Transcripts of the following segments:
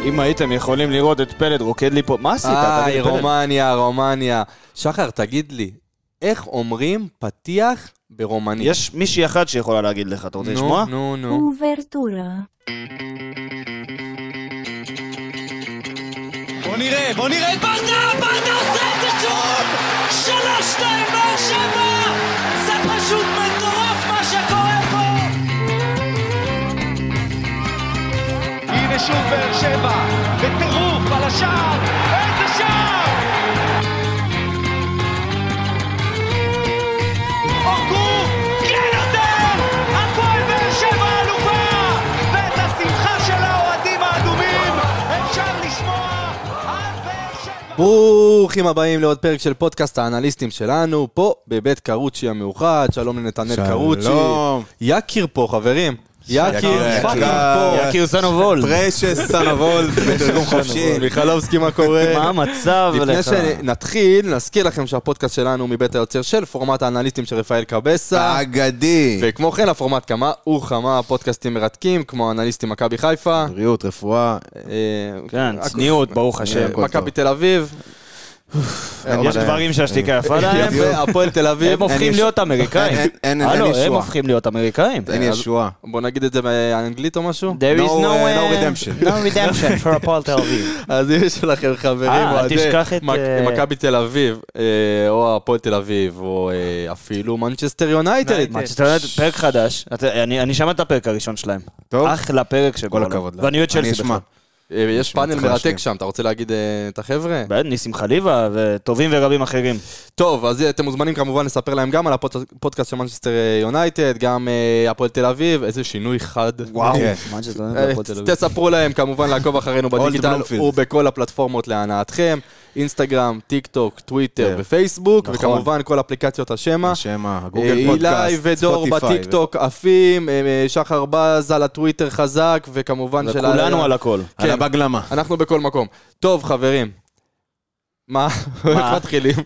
אם הייתם יכולים לראות את פלד רוקד לי פה, מה עשית? רומניה. שחר, תגיד לי, איך אומרים פתיח ברומנית? יש מישהי אחת שיכולה להגיד לך, אתה רוצה לשמוע? נו. אוברטורה. בוא נראה את ברדה עושה את זה שוב! 3-2 באר שבע! זה פשוט מטורף מה שקורה פה! הנה שוב באר שבע, בטירוף על השער! איזה שער! אורגו! כן יותר! הפועל באר שבע אלופה! ואת השמחה של האוהדים האדומים אפשר לשמוע! ברוכים הבאים לעוד פרק של פודקאסט האנליסטים שלנו, פה בבית קרוצ'י המאוחד. שלום לנתנאל קרוצ'י. יקיר פה, חברים. יקיר פה. יקיר סנובול. פרשס סנובול, בתרגום חופשי. מיכלובסקי, מה קורה? מה המצב? לפני שנתחיל, נזכיר לכם שהפודקאסט שלנו מבית היוצר של פורמט האנליסטים של רפאל קבסה. אגדי. וכמו כן, הפורמט כמה וכמה פודקאסטים מרתקים, כמו אנליסטים מכבי חיפה. בריאות, רפואה. כן, צניעות, ברוך השם. מכבי תל אביב. יש דברים שהשתיקה יפה להם. הפועל תל אביב. הם הופכים להיות אמריקאים. אין הלו, ישועה. הם הופכים להיות אמריקאים. אין ישועה. בוא נגיד את זה באנגלית או משהו. There is no redemption. no redemption for הפועל תל אביב. אז אם יש לכם חברים, אל תשכח את מכבי תל אביב, או הפועל תל אביב, או אפילו מנצ'סטר יונייטד. מנצ'סטר יונייטד, פרק חדש. אני שמע את הפרק הראשון שלהם. טוב. אחלה פרק של כל הכבוד. ואני אוהד צ'לסי בכלל. יש פאנל מרתק שם, אתה רוצה להגיד את החבר'ה? ניסים חליבה וטובים ורבים אחרים. טוב, אז אתם מוזמנים כמובן לספר להם גם על הפודקאסט של מנצ'סטר יונייטד, גם הפועל תל אביב, איזה שינוי חד. וואו, תספרו להם כמובן לעקוב אחרינו בדיגיטל ובכל הפלטפורמות להנאתכם, אינסטגרם, טיק טוק, טוויטר ופייסבוק, וכמובן כל אפליקציות השמה. גוגל פודקאסט, אילי ודור בטיק טוק עפים, שחר בז על הטוויטר חזק, וכמובן של... וכולנו על הכל. על הבגלמה. אנחנו בכל מקום. טוב, חברים. מה? איך מתחילים?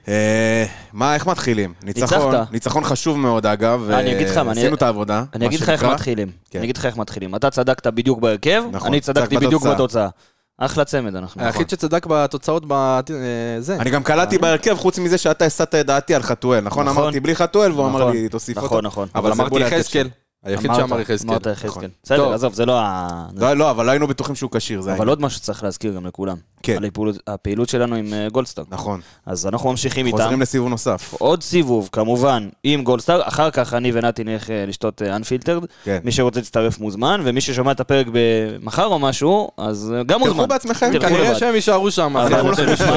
איך מתחילים? ניצחת. ניצחון חשוב מאוד אגב. אני אגיד לך, עשינו את העבודה. אני אגיד לך איך מתחילים. אתה צדקת בדיוק בהרכב, אני צדקתי בדיוק בתוצאה. אחלה צמד אנחנו. היחיד שצדק בתוצאות בזה. אני גם קלטתי בהרכב, חוץ מזה שאתה הסעת את דעתי על חתואל, נכון? אמרתי בלי חתואל, והוא אמר לי תוסיף אותו. נכון. אבל אמרתי יחזקאל. היחיד שאמר יחזקאל. אמרת יחזקאל. בסדר, עזוב, זה לא לא, אבל לא היינו בטוחים שהוא קשיר. אבל עוד משהו צריך להזכיר גם לכולם. כן. על הפעילות שלנו עם גולדסטאר. נכון. אז אנחנו ממשיכים איתם. חוזרים לסיבוב נוסף. עוד סיבוב, כמובן, עם גולדסטאר. אחר כך אני ונתי נלך לשתות אנפילטרד. מי שרוצה להצטרף מוזמן, ומי ששומע את הפרק במחר או משהו, אז גם מוזמן. תלכו בעצמכם. כנראה שהם יישארו שם. אנחנו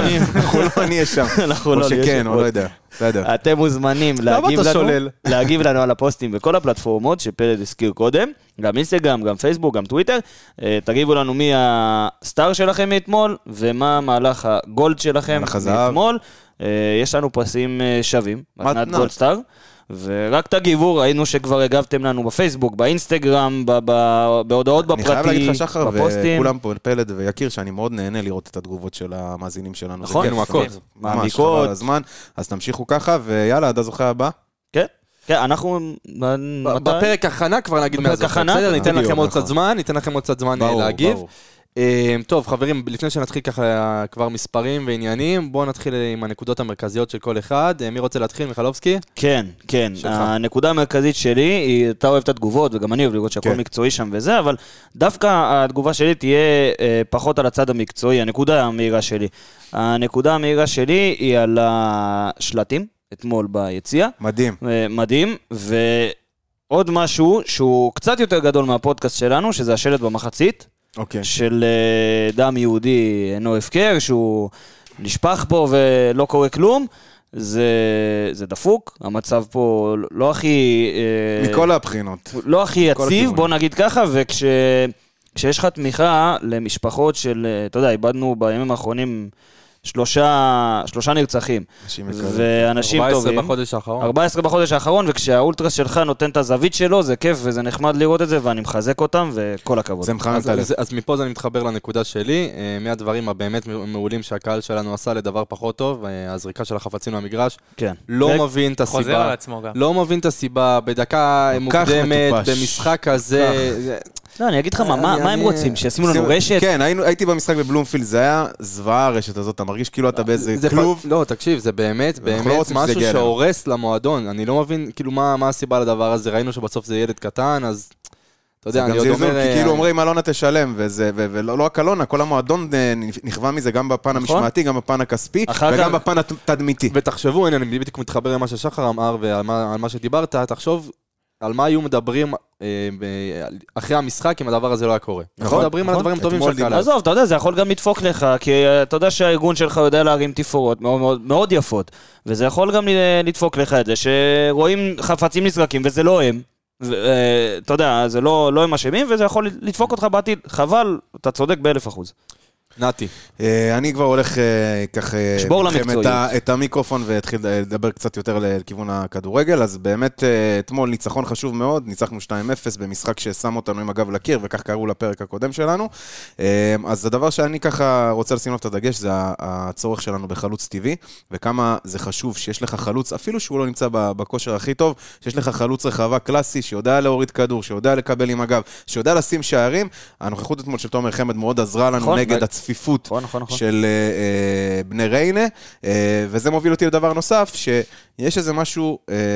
לא נהיה שם. או שכן, או לא יודע. אתם מוזמנים להגיב לנו על הפוסטים בכל הפלטפורמות שפלד הזכיר קודם, גם אינסטגרם, גם פייסבוק, גם טוויטר. תגיבו לנו מי הסטאר שלכם מאתמול, ומה מהלך הגולד שלכם מאתמול. יש לנו פרסים שווים, מתנת גולדסטאר. ורק תגיבו, ראינו שכבר הגבתם לנו בפייסבוק, באינסטגרם, בהודעות בפרטי, בפוסטים. אני חייב להגיד לך שחר, וכולם פה פלד ויקיר, שאני מאוד נהנה לראות את התגובות של המאזינים שלנו. נכון, מעמיקות. אז תמשיכו ככה, ויאללה, עד הזוכה הבא. כן, אנחנו... בפרק הכנה כבר נגיד מהזוכה, בסדר? ניתן לכם עוד קצת זמן להגיב. טוב, חברים, לפני שנתחיל ככה כבר מספרים ועניינים, בואו נתחיל עם הנקודות המרכזיות של כל אחד. מי רוצה להתחיל, מיכלובסקי? כן. הנקודה המרכזית שלי היא, אתה אוהב את התגובות, וגם אני אוהב לראות שהכל מקצועי שם וזה, אבל דווקא התגובה שלי תהיה פחות על הצד המקצועי, הנקודה המהירה שלי היא על השלטים, אתמול ביציאה. מדהים, ועוד משהו שהוא קצת יותר גדול מהפודקאסט שלנו, שזה השלט במחצית. של דם יהודי אינו הפקר, שהוא נשפך פה ולא קורה כלום, זה דפוק, המצב פה לא הכי... מכל הבחינות. לא הכי יציב, בוא נגיד ככה, וכשיש לך תמיכה למשפחות של, אתה יודע, איבדנו בימים האחרונים 3 נרצחים, ואנשים טובים. 14 בחודש האחרון, וכשהאולטרס שלך נותן את הזווית שלו, זה כיף וזה נחמד לראות את זה, ואני מחזק אותם, וכל הכבוד. אז מפה זה אני מתחבר לנקודה שלי, מהדברים הבאמת מעולים שהקהל שלנו עשה לדבר פחות טוב, הזריקה של החפצים מהמגרש, לא מבין את הסיבה, בדקה מוקדמת, במשחק הזה, לא, אני אגיד לך מה הם רוצים, שישימו לנו רשת? כן, הייתי במשחק בבלומפילד, זה היה זוועה הרשת הזאת, אתה מרגיש כאילו אתה באיזה כלוב. לא, תקשיב, זה באמת משהו שהורס למועדון, אני לא מבין כאילו מה הסיבה לדבר הזה, ראינו שבסוף זה ילד קטן, אז אתה יודע, אני עוד אומר... כי כאילו אומרים, אלונה תשלם, ולא רק אלונה, כל המועדון נכווה מזה גם בפן המשמעתי, גם בפן הכספי, וגם בפן התדמיתי. ותחשבו, הנה, אני בדיוק מתחבר למה ששחר אמר, ועל מה שדיברת, תחשוב על מה היו מדברים אחרי המשחק אם הדבר הזה לא היה קורה. אנחנו מדברים על הדברים טובים של קהל. עזוב, אתה יודע, זה יכול גם לדפוק לך, כי אתה יודע שהארגון שלך יודע להרים תפאורות מאוד יפות, וזה יכול גם לדפוק לך את זה, שרואים חפצים נזרקים, וזה לא הם. אתה יודע, זה לא הם אשמים, וזה יכול לדפוק אותך בעתיד. חבל, אתה צודק ב1,000%. נתי. אני כבר הולך ככה שבור למקצועיות. את המיקרופון והתחיל לדבר קצת יותר לכיוון הכדורגל, אז באמת אתמול ניצחון חשוב מאוד, ניצחנו 2-0 במשחק ששם אותנו עם הגב לקיר, וכך קראו לפרק הקודם שלנו. אז הדבר שאני ככה רוצה לשים לו את הדגש, זה הצורך שלנו בחלוץ טבעי, וכמה זה חשוב שיש לך חלוץ, אפילו שהוא לא נמצא בכושר הכי טוב, שיש לך חלוץ רחבה קלאסי, שיודע להוריד כדור, שיודע לקבל עם הגב, שיודע לשים שערים. הנוכחות אתמול של תומר חמד מאוד עזרה לנו נגד הצפיפות של בני ריינה, וזה מוביל אותי לדבר נוסף, שיש איזה משהו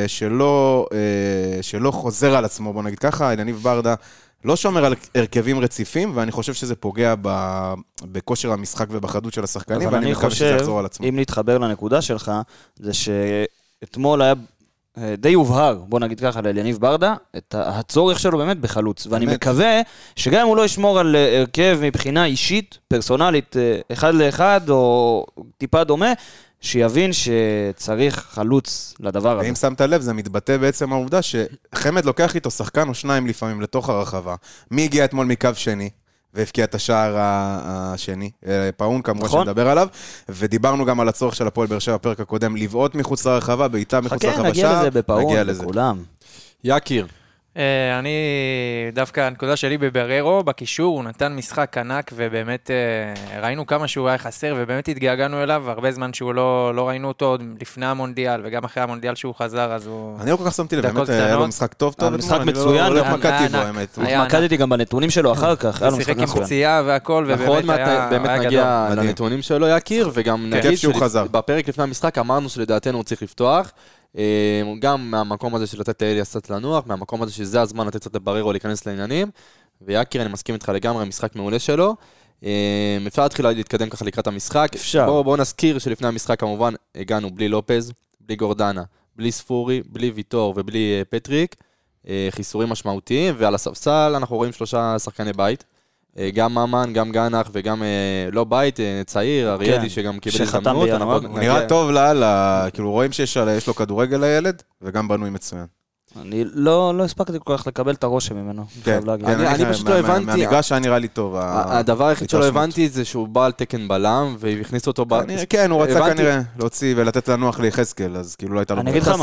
שלא חוזר על עצמו, בוא נגיד ככה, יניב ברדה לא שומר על הרכבים רציפים, ואני חושב שזה פוגע בכושר המשחק ובחדות של השחקנים, ואני מקווה שזה יחזור על עצמו. אם נתחבר לנקודה שלך, זה שאתמול היה די הובהר, בוא נגיד ככה, ליניב ברדה, את הצורך שלו באמת בחלוץ. ואני מקווה שגם אם הוא לא ישמור על הרכב מבחינה אישית, פרסונלית, 1-1 או טיפה דומה, שיבין שצריך חלוץ לדבר הזה. ואם שמת לב, זה מתבטא בעצם העובדה שחמד לוקח איתו שחקן או שניים לפעמים לתוך הרחבה. מי הגיע אתמול מקו שני? והפקיע את השער השני, פאון כמובן שנדבר עליו, ודיברנו גם על הצורך של הפועל באר שבע בפרק הקודם, לבעוט מחוץ לרחבה, בעיטה מחוץ לרחבה שער, נגיע לזה בכולם. יקיר. אני, דווקא הנקודה שלי בבררו, בקישור, הוא נתן משחק ענק, ובאמת ראינו כמה שהוא היה חסר, ובאמת התגעגענו אליו, הרבה זמן שהוא לא ראינו אותו לפני המונדיאל, וגם אחרי המונדיאל שהוא חזר, אז הוא... אני לא כל כך שמתי לב, באמת היה לו משחק טוב, משחק מצוין, לא מקדתי בו, האמת. מקדתי גם בנתונים שלו אחר כך, היה לו משחק מצוין. שיחק עם פציעה והכל, ובאמת היה באמת נגיע לנתונים שלו, יקיר, וגם נגיד שבפרק לפני המשחק אמרנו שלדעתנו הוא צריך לפתוח, גם מהמקום הזה של לתת לאליאס קצת לנוח, מהמקום הזה שזה הזמן לתת קצת לבררו להיכנס לעניינים, ויקיר, אני מסכים איתך לגמרי, משחק מעולה שלו. אפשר להתחיל להתקדם ככה לקראת המשחק. בואו נזכיר שלפני המשחק כמובן הגענו בלי לופז, בלי גורדנה, בלי ספורי, בלי ויטור ובלי פטריק, חיסורים משמעותיים, ועל הספסל אנחנו רואים 3 שחקני בית, גם מאמן, גם גנח וגם לא בית, צעיר, אריאלי שגם קיבל הזדמנות. נראה טוב כאילו רואים שיש לו כדורגל לילד, וגם בנוי מצוין. אני לא הספקתי כל כך לקבל את הרושם ממנו. אני פשוט לא הבנתי. מהמגרש היה נראה לי טוב. הדבר היחיד שלא הבנתי זה שהוא בא על תקן בלם, והכניסו אותו... כן, הוא רצה כנראה להוציא ולתת לנוח ליחזקאל, אז כאילו לא הייתה לו...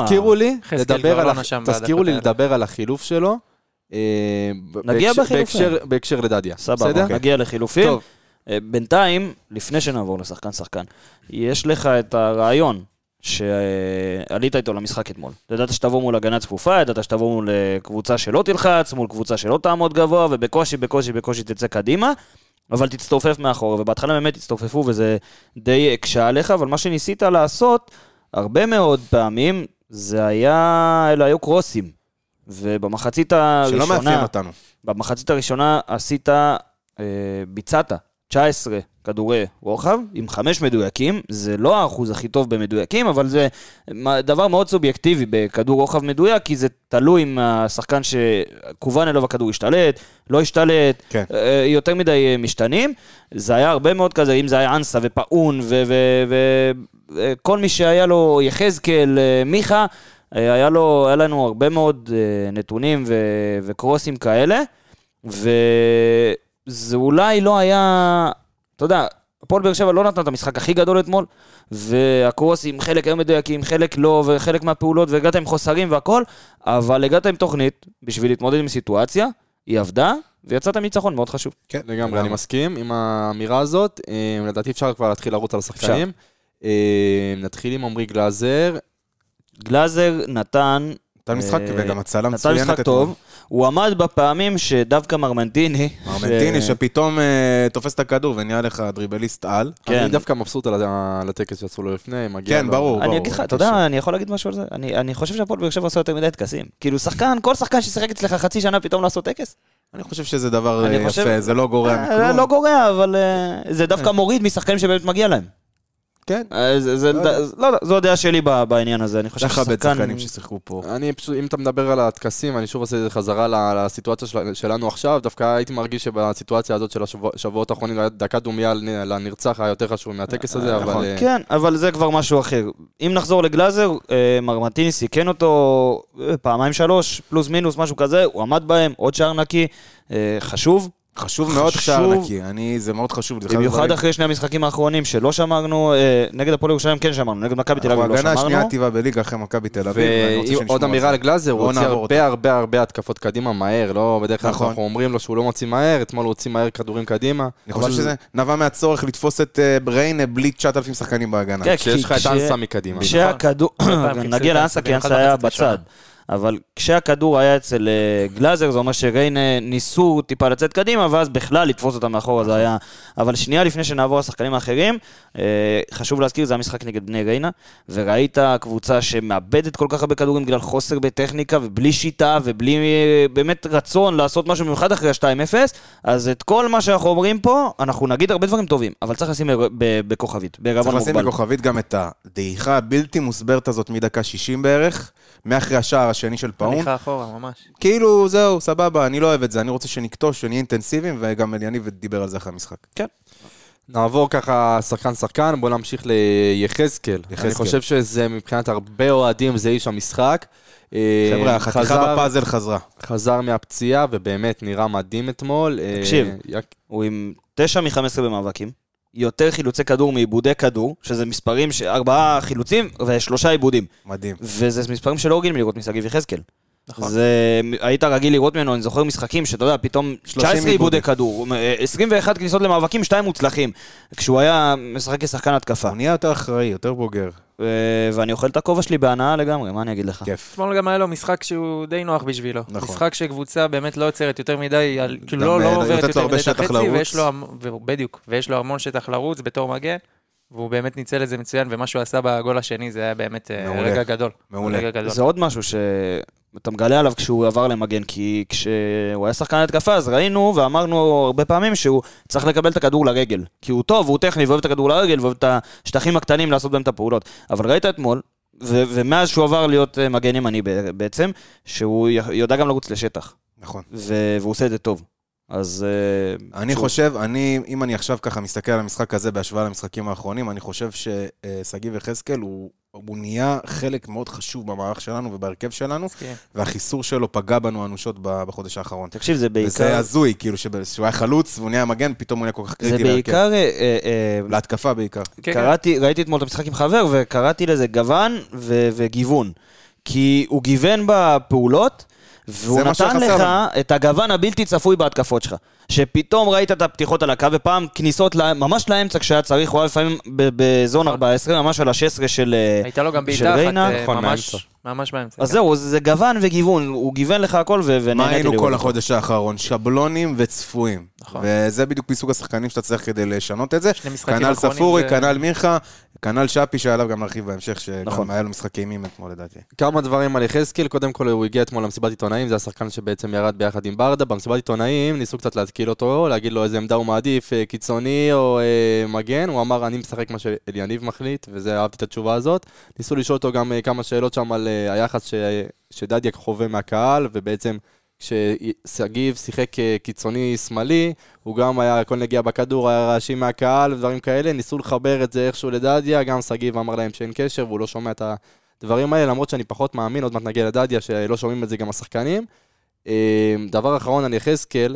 תזכירו לי לדבר על החילוף שלו, נגיע בחילופים. בהקשר לדדיה. סבבה, נגיע לחילופים. בינתיים, לפני שנעבור לשחקן, יש לך את הרעיון שעלית איתו למשחק אתמול. ידעת שתבוא מול הגנה צפופה, ידעת שתבוא מול קבוצה שלא תלחץ, מול קבוצה שלא תעמוד גבוה, ובקושי תצא קדימה, אבל תצטופף מאחור, ובהתחלה באמת תצטופפו, וזה די הקשה עליך, אבל מה שניסית לעשות, הרבה מאוד פעמים, אלה היו קרוסים, ובמחצית הראשונה... שלא מאפיין אותנו. במחצית הראשונה ביצעת 19 כדורי רוחב, עם 5 מדויקים, זה לא האחוז הכי טוב במדויקים, אבל זה דבר מאוד סובייקטיבי בכדור רוחב מדויק, כי זה תלוי עם השחקן שכוון אלו הכדור השתלט, לא השתלט, כן. יותר מדי משתנים, זה היה הרבה מאוד כזה, אם זה היה אנסה ופאון, וכל מי שהיה לו יחזקאל, מיכה, היה לנו הרבה מאוד נתונים וקרוסים כאלה, וזה אולי לא היה, אתה יודע, הפועל באר שבע לא נתן את המשחק הכי גדול אתמול, והקרוסים חלק היו מדויקים, חלק לא, וחלק מהפעולות, והגעת עם חוסרים והכל, אבל הגעת עם תוכנית בשביל להתמודד עם סיטואציה, היא עבדה, ויצאת ניצחון מאוד חשוב. כן, לגמרי, אני מסכים עם האמירה הזאת, לדעתי אפשר כבר להתחיל לרוץ על השחקנים. נתחיל עם עמרי גלאזר. גלאזר נתן נתן משחק, וגם הצלה מצוינת. נתן משחק טוב, הוא עמד בפעמים שדווקא מרמנטיני, שפתאום תופס את הכדור ונהיה לך דריבליסט על. אני דווקא מבסוט על הטקס שעשו לו לפני, כן, ברור. אני אגיד לך, אתה יודע, אני יכול להגיד משהו על זה? אני חושב שהפועל באר שבע עושה יותר מדי טקסים. כאילו שחקן, כל שחקן ששיחק אצלך חצי שנה פתאום לעשות טקס. אני חושב שזה דבר יפה, זה לא גורע מכלום. לא גורע, אבל זה דווקא מוריד משחקנים שבאמת מגיע להם. כן. זו הדעה שלי בעניין הזה, אני חושב שחקנים ששיחקו פה. אם אתה מדבר על התקסים, אני שוב עושה חזרה לסיטואציה שלנו עכשיו, דווקא הייתי מרגיש שבסיטואציה הזאת של השבועות האחרונים, דקה דומיה לנרצח היה יותר חשוב מהטקס הזה, אבל... כן, אבל זה כבר משהו אחר. אם נחזור לגלאזר, מרמנטיני סיכן אותו פעמיים 3, פלוס מינוס, משהו כזה, הוא עמד בהם, עוד שער נקי, חשוב. חשוב מאוד שער נקי, זה מאוד חשוב. במיוחד אחרי שני המשחקים האחרונים שלא שמרנו, נגד הפועל ירושלים כן שמרנו, נגד מכבי תל אביב לא שמרנו. ההגנה השנייה טבעה בליגה אחרי מכבי תל אביב. ועוד אמירה לגלאזר, הוא הוציא הרבה התקפות קדימה מהר, לא בדרך כלל אנחנו אומרים לו שהוא לא מוציא מהר, אתמול הוא הוציא מהר כדורים קדימה. אני חושב שזה נבע מהצורך לתפוס את ריינה בלי 9,000 שחקנים בהגנה. כשיש לך את אנסה מקדימה. נגיע לאנסה כי אנסה היה בצד. אבל כשהכדור היה אצל גלאזר, זה אומר שריינה ניסו טיפה לצאת קדימה, ואז בכלל לתפוס אותם מאחור, זה היה... אבל שנייה לפני שנעבור לשחקנים האחרים, חשוב להזכיר, זה המשחק נגד בני ריינה, וראית קבוצה שמאבדת כל כך הרבה כדורים, בגלל חוסר בטכניקה, ובלי שיטה, ובלי באמת רצון לעשות משהו מיוחד אחרי 2-0, אז את כל מה שאנחנו אומרים פה, אנחנו נגיד הרבה דברים טובים, אבל צריך לשים בכוכבית, צריך לשים בכוכבית גם את הדעיכה הבלתי מוסברת הזאת מדקה 60 בערך, מאחרי השער השני של פאון. הליכה אחורה, ממש. כאילו, זהו, סבבה, אני לא אוהב את זה, אני רוצה שנקטוש, שנהיה אינטנסיביים, וגם יניב דיבר על זה אחרי המשחק. כן. נעבור ככה שחקן, בואו נמשיך ליחזקאל. אני חושב שזה מבחינת הרבה אוהדים, זה איש המשחק. חבר'ה, החתיכה בפאזל חזרה. חזר מהפציעה, ובאמת נראה מדהים אתמול. תקשיב, הוא עם 9 מ-15 במאבקים. יותר חילוצי כדור מעיבודי כדור, שזה מספרים 4 חילוצים ו3 עיבודים. מדהים. וזה מספרים שלא רגילים לראות משגיב יחזקאל. נכון. היית רגיל לראות ממנו, אני זוכר משחקים שאתה יודע, פתאום 19 עיבודי כדור, 21 כניסות למאבקים, 2 מוצלחים, כשהוא היה משחק כשחקן התקפה. הוא נהיה יותר אחראי, יותר בוגר. ואני אוכל את הכובע שלי בהנאה לגמרי, מה אני אגיד לך? כיף. אתמול גם היה לו משחק שהוא די נוח בשבילו. משחק שקבוצה באמת לא יוצרת יותר מדי, כאילו לא עוברת יותר מדי חצי, ויש לו המון שטח לרוץ בתור מגן, והוא באמת ניצל את זה מצוין, ומה שהוא עשה בגול השני זה היה באמת רגע גדול. זה עוד משהו שאתה מגלה עליו כשהוא עבר למגן, כי כשהוא היה שחקן התקפה, אז ראינו ואמרנו הרבה פעמים שהוא צריך לקבל את הכדור לרגל, כי הוא טוב, הוא טכני, ואוהב את הכדור לרגל, ואוהב את השטחים הקטנים לעשות בהם את הפעולות. אבל ראית אתמול, ומאז שהוא עבר להיות מגן ימני בעצם, שהוא יודע גם לרוץ לשטח. נכון. והוא עושה את זה טוב. אז אני חושב, אם אני עכשיו ככה מסתכל על המשחק הזה בהשוואה למשחקים האחרונים, אני חושב ששגיב יחזקאל הוא נהיה חלק מאוד חשוב במערך שלנו ובהרכב שלנו, והחיסור שלו פגע בנו אנושות בחודש האחרון. תקשיב, זה בעיקר... וזה הזוי, כאילו שהוא היה חלוץ והוא נהיה מגן, פתאום הוא נהיה כל כך קריטי להרכב. זה בעיקר... להתקפה בעיקר. ראיתי אתמול את המשחק עם חבר, וקראתי לזה גוון וגיוון. כי הוא גיוון בפעולות, והוא נתן לך את הגוון הבלתי צפוי בהתקפות שלך. שפתאום ראית את הפתיחות על הקו, ופעם כניסות ממש לאמצע כשהיה צריך, הוא היה לפעמים בזון 14, ממש על ה-16 של ריינה. הייתה לו גם בעיטה אחת ממש באמצע. אז זהו, זה גוון וגיוון, הוא גיוון לך הכל ונהניתי לראות. מה היינו כל החודש האחרון? שבלונים וצפויים. וזה בדיוק מסוג השחקנים שאתה צריך כדי לשנות את זה. כנל ספורי, כנל מיכה, כנל שפי שעליו גם להרחיב בהמשך, שגם היה לו משחקי אימים אתמול לדעתי. כמה דברים על יחזקאל, קודם כל הוא הגיע אתמול למסיבת עיתונאים, זה השחקן שבעצם ירד ביחד עם ברדה, במסיבת עיתונאים ניסו קצת להתקיל אותו, להגיד לו איזה עמדה הוא מעדיף, קיצוני או מגן, הוא אמר אני משחק מה שאליניב מחליט, וזה אהבתי את התשובה הזאת. ניסו לשאול אותו גם כמה שאלות שם על היחס שדדיה חווה מהקהל, ובעצם כשסגיב שיחק קיצוני שמאלי, הוא גם היה, הכל נגיע בכדור, היה רעשים מהקהל ודברים כאלה, ניסו לחבר את זה איכשהו לדדיה, גם סגיב אמר להם שאין קשר, והוא לא שומע את הדברים האלה, למרות שאני פחות מאמין, עוד מעט נגיע לדדיה, שלא שומעים את זה גם השחקנים. דבר אחרון, אני יחזקאל,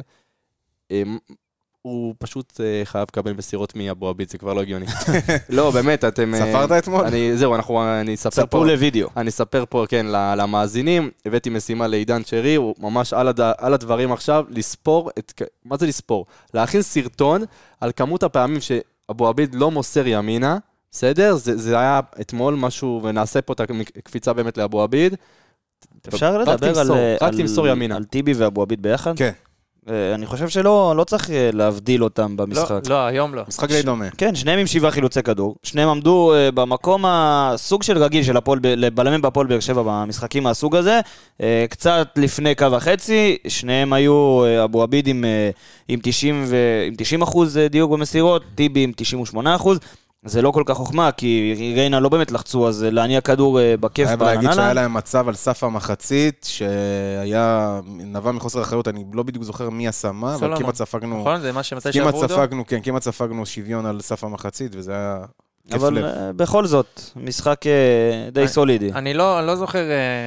הוא פשוט חייב לקבל מסירות מאבו עביד, זה כבר לא הגיוני. לא, באמת, אתם... ספרת אתמול? זהו, אני אספר פה... ספרו לוידאו. אני אספר פה, כן, למאזינים. הבאתי משימה לעידן שרי, הוא ממש על הדברים עכשיו, לספור את... מה זה לספור? להכין סרטון על כמות הפעמים שאבו עביד לא מוסר ימינה, בסדר? זה היה אתמול משהו, ונעשה פה את הקפיצה באמת לאבו עביד. אפשר לדבר על טיבי ואבו עביד ביחד? כן. אני חושב שלא צריך להבדיל אותם במשחק. לא, היום לא. משחק די דומה. כן, שניהם עם 7 חילוצי כדור. שניהם עמדו במקום הסוג של רגיל של בלמים בהפועל באר שבע במשחקים מהסוג הזה. קצת לפני קו החצי, שניהם היו אבו עביד עם 90% דיוק במסירות, טיבי עם 98%. זה לא כל כך חוכמה, כי ריינה לא באמת לחצו, אז להניע כדור בכיף בעננה. היה להגיד שהיה להם מצב על סף המחצית, שהיה נבע מחוסר אחריות, אני לא בדיוק זוכר מי עשה מה, אבל כמעט ספגנו... נכון, זה מה שמתי שעברו אותו? כן, כמעט ספגנו שוויון על סף המחצית, וזה היה כיף לב. אבל בכל זאת, משחק די סולידי. אני לא זוכר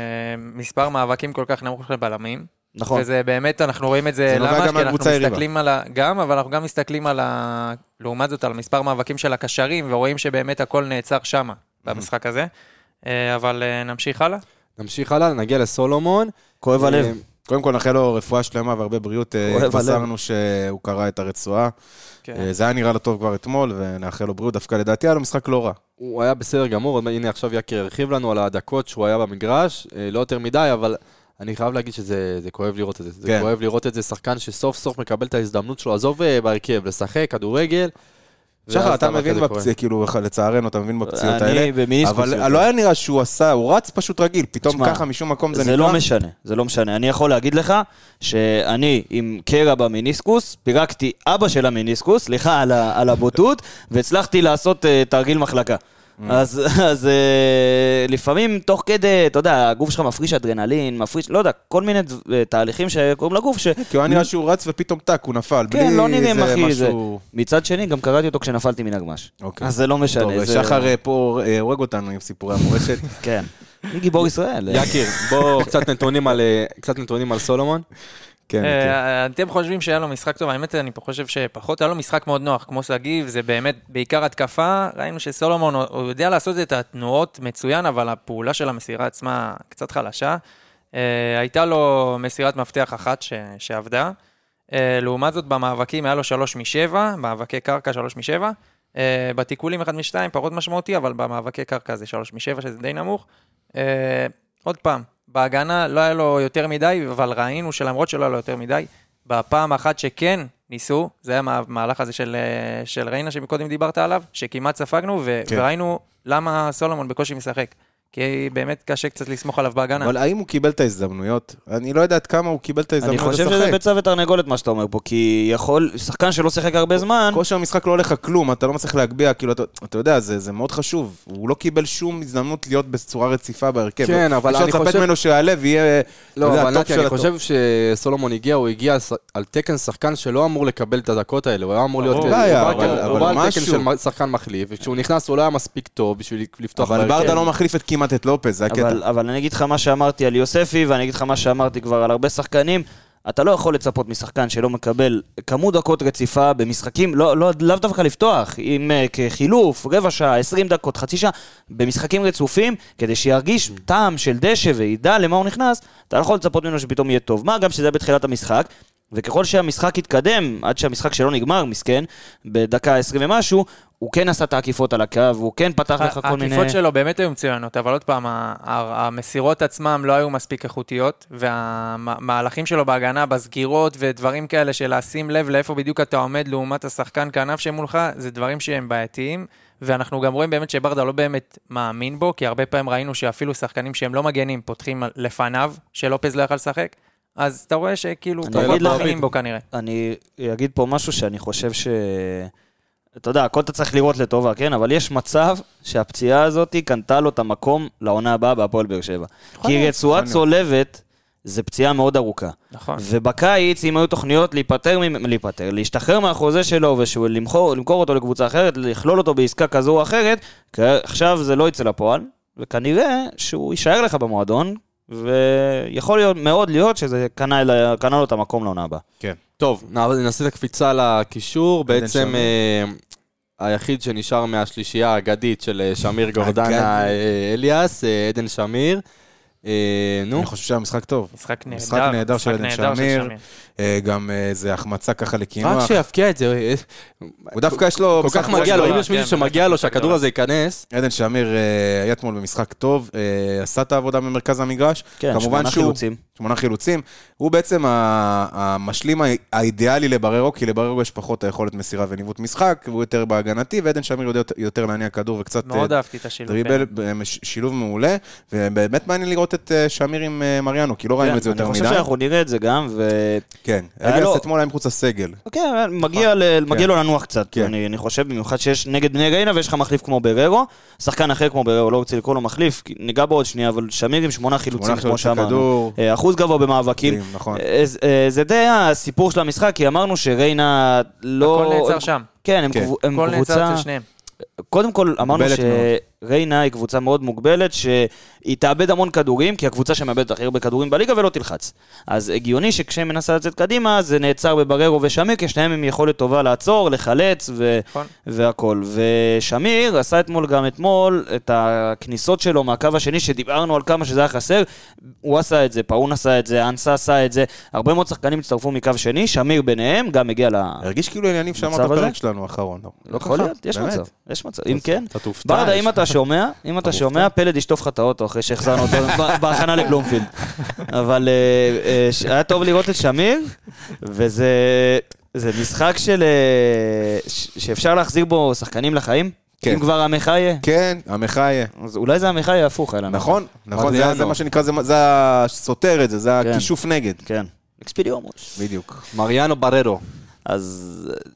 מספר מאבקים כל כך נמוך של בלמים. נכון. וזה באמת, אנחנו רואים את זה למה, כי אנחנו מסתכלים על אבל אנחנו גם מסתכלים על לעומת זאת, על מספר מאבקים של הקשרים, ורואים שבאמת הכל נעצר שמה, במשחק הזה. אבל נמשיך הלאה? נמשיך הלאה, נגיע לסולומון. כואב הלב. קודם כל נאחל לו רפואה שלמה והרבה בריאות, התבשרנו שהוא קרא את הרצועה. זה היה נראה לו טוב כבר אתמול, ונאחל לו בריאות, דווקא לדעתי היה לו משחק לא רע. הוא היה בסדר גמור, הנה עכשיו יקיר הרחיב לנו על הדקות שהוא היה במגרש, לא יותר מדי, אבל אני חייב להגיד שזה כואב לראות את זה. זה כואב לראות את זה, שחקן שסוף סוף מקבל את ההזדמנות שלו, עזוב בהרכב, לשחק, כדורגל. שחר, אתה מבין בפציעה, כאילו, לצערנו, אתה מבין בפציעות האלה, אבל לא היה נראה שהוא עשה, הוא רץ פשוט רגיל, פתאום ככה משום מקום זה נקרא. זה לא משנה. אני יכול להגיד לך שאני עם קרע במיניסקוס, פירקתי אבא של המיניסקוס, סליחה על הבוטות, והצלחתי לעשות תרגיל מחלקה. אז לפעמים תוך כדי, אתה יודע, הגוף שלך מפריש אדרנלין, מפריש, לא יודע, כל מיני תהליכים שקוראים לגוף כי הוא נראה שהוא רץ ופתאום טק, הוא נפל. כן, לא נראים אחי, זה. מצד שני, גם קראתי אותו כשנפלתי מן הגמש. אז זה לא משנה. טוב, שחר פה הורג אותנו עם סיפורי המורשת. כן. אני גיבור ישראל. יקיר, בוא קצת נתונים על סולומון. אתם חושבים שהיה לו משחק טוב, האמת אני חושב שפחות, היה לו משחק מאוד נוח, כמו סגיב, זה באמת בעיקר התקפה, ראינו שסולומון הוא יודע לעשות את התנועות מצוין, אבל הפעולה של המסירה עצמה קצת חלשה, הייתה לו מסירת מפתח אחת שעבדה, לעומת זאת במאבקים היה לו 3-7, מאבקי קרקע 3-7, בתיקולים 1-2 פחות משמעותי, אבל במאבקי קרקע זה 3-7 שזה די נמוך, עוד פעם, בהגנה לא היה לו יותר מדי, אבל ראינו שלמרות שלא היה לו יותר מדי, בפעם אחת שכן ניסו, זה היה המהלך הזה של ריינה שמקודם דיברת עליו, שכמעט ספגנו, וראינו למה סולומון בקושי משחק. כי באמת קשה קצת לסמוך עליו בהגנה. אבל האם הוא קיבל את ההזדמנויות? אני לא יודעת כמה הוא קיבל את ההזדמנויות לשחק. אני חושב שזה ביצה ותרנגולת מה שאתה אומר פה, כי יכול, שחקן שלא שיחק הרבה זמן... כושר המשחק לא הולך כלום, אתה לא מצליח להגביע, כאילו, אתה יודע, זה מאוד חשוב. הוא לא קיבל שום הזדמנות להיות בצורה רציפה בהרכב. כן, אבל אני חושב... אפשר לצפת ממנו שהלב יהיה... לא, אבל אני חושב שסולומון הגיע, הוא הגיע על תקן שחקן שלא אמור לקבל את הדקות האלה, הוא היה אמור להיות... הוא בא על תקן של שחקן מחליף, וכשהוא נכנס הוא לא היה מספיק טוב בשביל לפתוח אבל ברדה לא מחליף את כמעט את לופז, זה הקטע. אבל אני אגיד לך מה שאמרתי על יוספי, ואני אגיד לך מה שאמרתי כבר על הרבה שחקנים, אתה לא יכול לצפות משחקן שלא מקבל כמות דקות רציפה במשחקים, לאו דווקא לפתוח, עם כחילוף, רבע שעה, 20 דקות, חצי שעה, במשחקים רצופים, כדי שירגיש טעם של דשא וידע למה הוא נכנס, אתה לא יכול לצפות ממנו שפתאום יהיה טוב. מה גם שזה בתחילת המשחק, וככל שהמשחק יתקדם, עד שהמשחק שלו נגמר, מסכן, בדקה 20 ומשהו, הוא כן עשה את העקיפות על הקו, הוא כן פתח לך כל מיני... העקיפות שלו באמת היו מצוינות, אבל עוד פעם, המסירות עצמם לא היו מספיק איכותיות, והמהלכים שלו בהגנה, בסגירות ודברים כאלה של לשים לב לאיפה בדיוק אתה עומד לעומת השחקן כענף שמולך, זה דברים שהם בעייתיים, ואנחנו גם רואים באמת שברדה לא באמת מאמין בו, כי הרבה פעמים ראינו שאפילו שחקנים שהם לא מגנים, פותחים לפניו, שלופז לא יכל לשחק, אז אתה רואה שכאילו פחות מאמינים בו כנראה. אני אגיד פה משהו שאני חושב אתה יודע, הכל אתה צריך לראות לטובה, כן? אבל יש מצב שהפציעה הזאת קנתה לו את המקום לעונה הבאה בהפועל באר שבע. כי רצועה צולבת זה פציעה מאוד ארוכה. נכון. ובקיץ, אם היו תוכניות להשתחרר מהחוזה שלו, ולמכור אותו לקבוצה אחרת, לכלול אותו בעסקה כזו או אחרת, עכשיו זה לא יצא לפועל, וכנראה שהוא יישאר לך במועדון, ויכול מאוד להיות שזה קנה לו את המקום לעונה הבאה. כן. טוב, נעשה את הקפיצה לקישור, בעצם היחיד שנשאר מהשלישייה האגדית של שמיר גורדנה אליאס, עדן שמיר. אני חושב שהיה משחק טוב. משחק נהדר של עדן שמיר. גם זה החמצה ככה לכינוח. רק שיפקיע את זה. הוא דווקא יש לו... כל כך מגיע לו, אם יש מישהו שמגיע לו שהכדור הזה ייכנס. עדן שמיר היה אתמול במשחק טוב, עשה את העבודה במרכז המגרש. כן, 8 חילוצים. הוא בעצם המשלים האידיאלי לבררו, כי לבררו יש פחות היכולת מסירה וניווט משחק, והוא יותר בהגנתי, ועדן שמיר יותר להניע כדור וקצת דריבל, שילוב מעולה, ובאמת מעניין לראות את שמיר עם מריאנו, כי לא ראינו את זה יותר מדי. אני חושב שאנחנו נראה את זה גם, כן, אגס אתמול היה מחוץ הסגל. כן, מגיע לו לנוח קצת, אני חושב במיוחד שיש נגד בני ריינה, ויש לך מחליף כמו בררו, שחקן אחר כמו בררו, לא רוצה לקרוא לו מחליף, ניגע בעוד שנייה, אבל שמיר עם 8 חילוצים, כמו שאמרנו, אחוז גבוה במאבקים, זה די הסיפור של המשחק, כי אמרנו שריינה לא... הכל נעצר שם. כן, הם קבוצה... קודם כל אמרנו שריינה היא קבוצה מאוד מוגבלת, שהיא תאבד המון כדורים, כי הקבוצה שמאבדת הכי הרבה כדורים בליגה ולא תלחץ. אז הגיוני שכשהם מנסה לצאת קדימה, זה נעצר בבררו ושמיר, כי שניהם עם יכולת טובה לעצור, לחלץ והכל. ושמיר עשה גם אתמול את הכניסות שלו מהקו השני, שדיברנו על כמה שזה היה חסר, הוא עשה את זה, פאון עשה את זה, אנסה עשה את זה, הרבה מאוד שחקנים הצטרפו מקו שני, שמיר ביניהם, גם הגיע הרגיש כאילו עניינים שאמרת בפרק שלנו האחרון. לא ככה? יש מצב, אם כן. ברדה, אם אתה שומע, פלד ישטוף לך את האוטו אחרי שהחזרנו אותו בהכנה לבלומפילד. אבל היה טוב לראות את שמיר, וזה משחק שאפשר להחזיר בו שחקנים לחיים. אם כבר המחיה. כן, המחיה. אז אולי זה המחיה הפוך. נכון, זה מה שנקרא, זה הסותר את זה, זה הכישוף נגד. כן, אקספידיומוס. בדיוק. מריאנו בררו. אז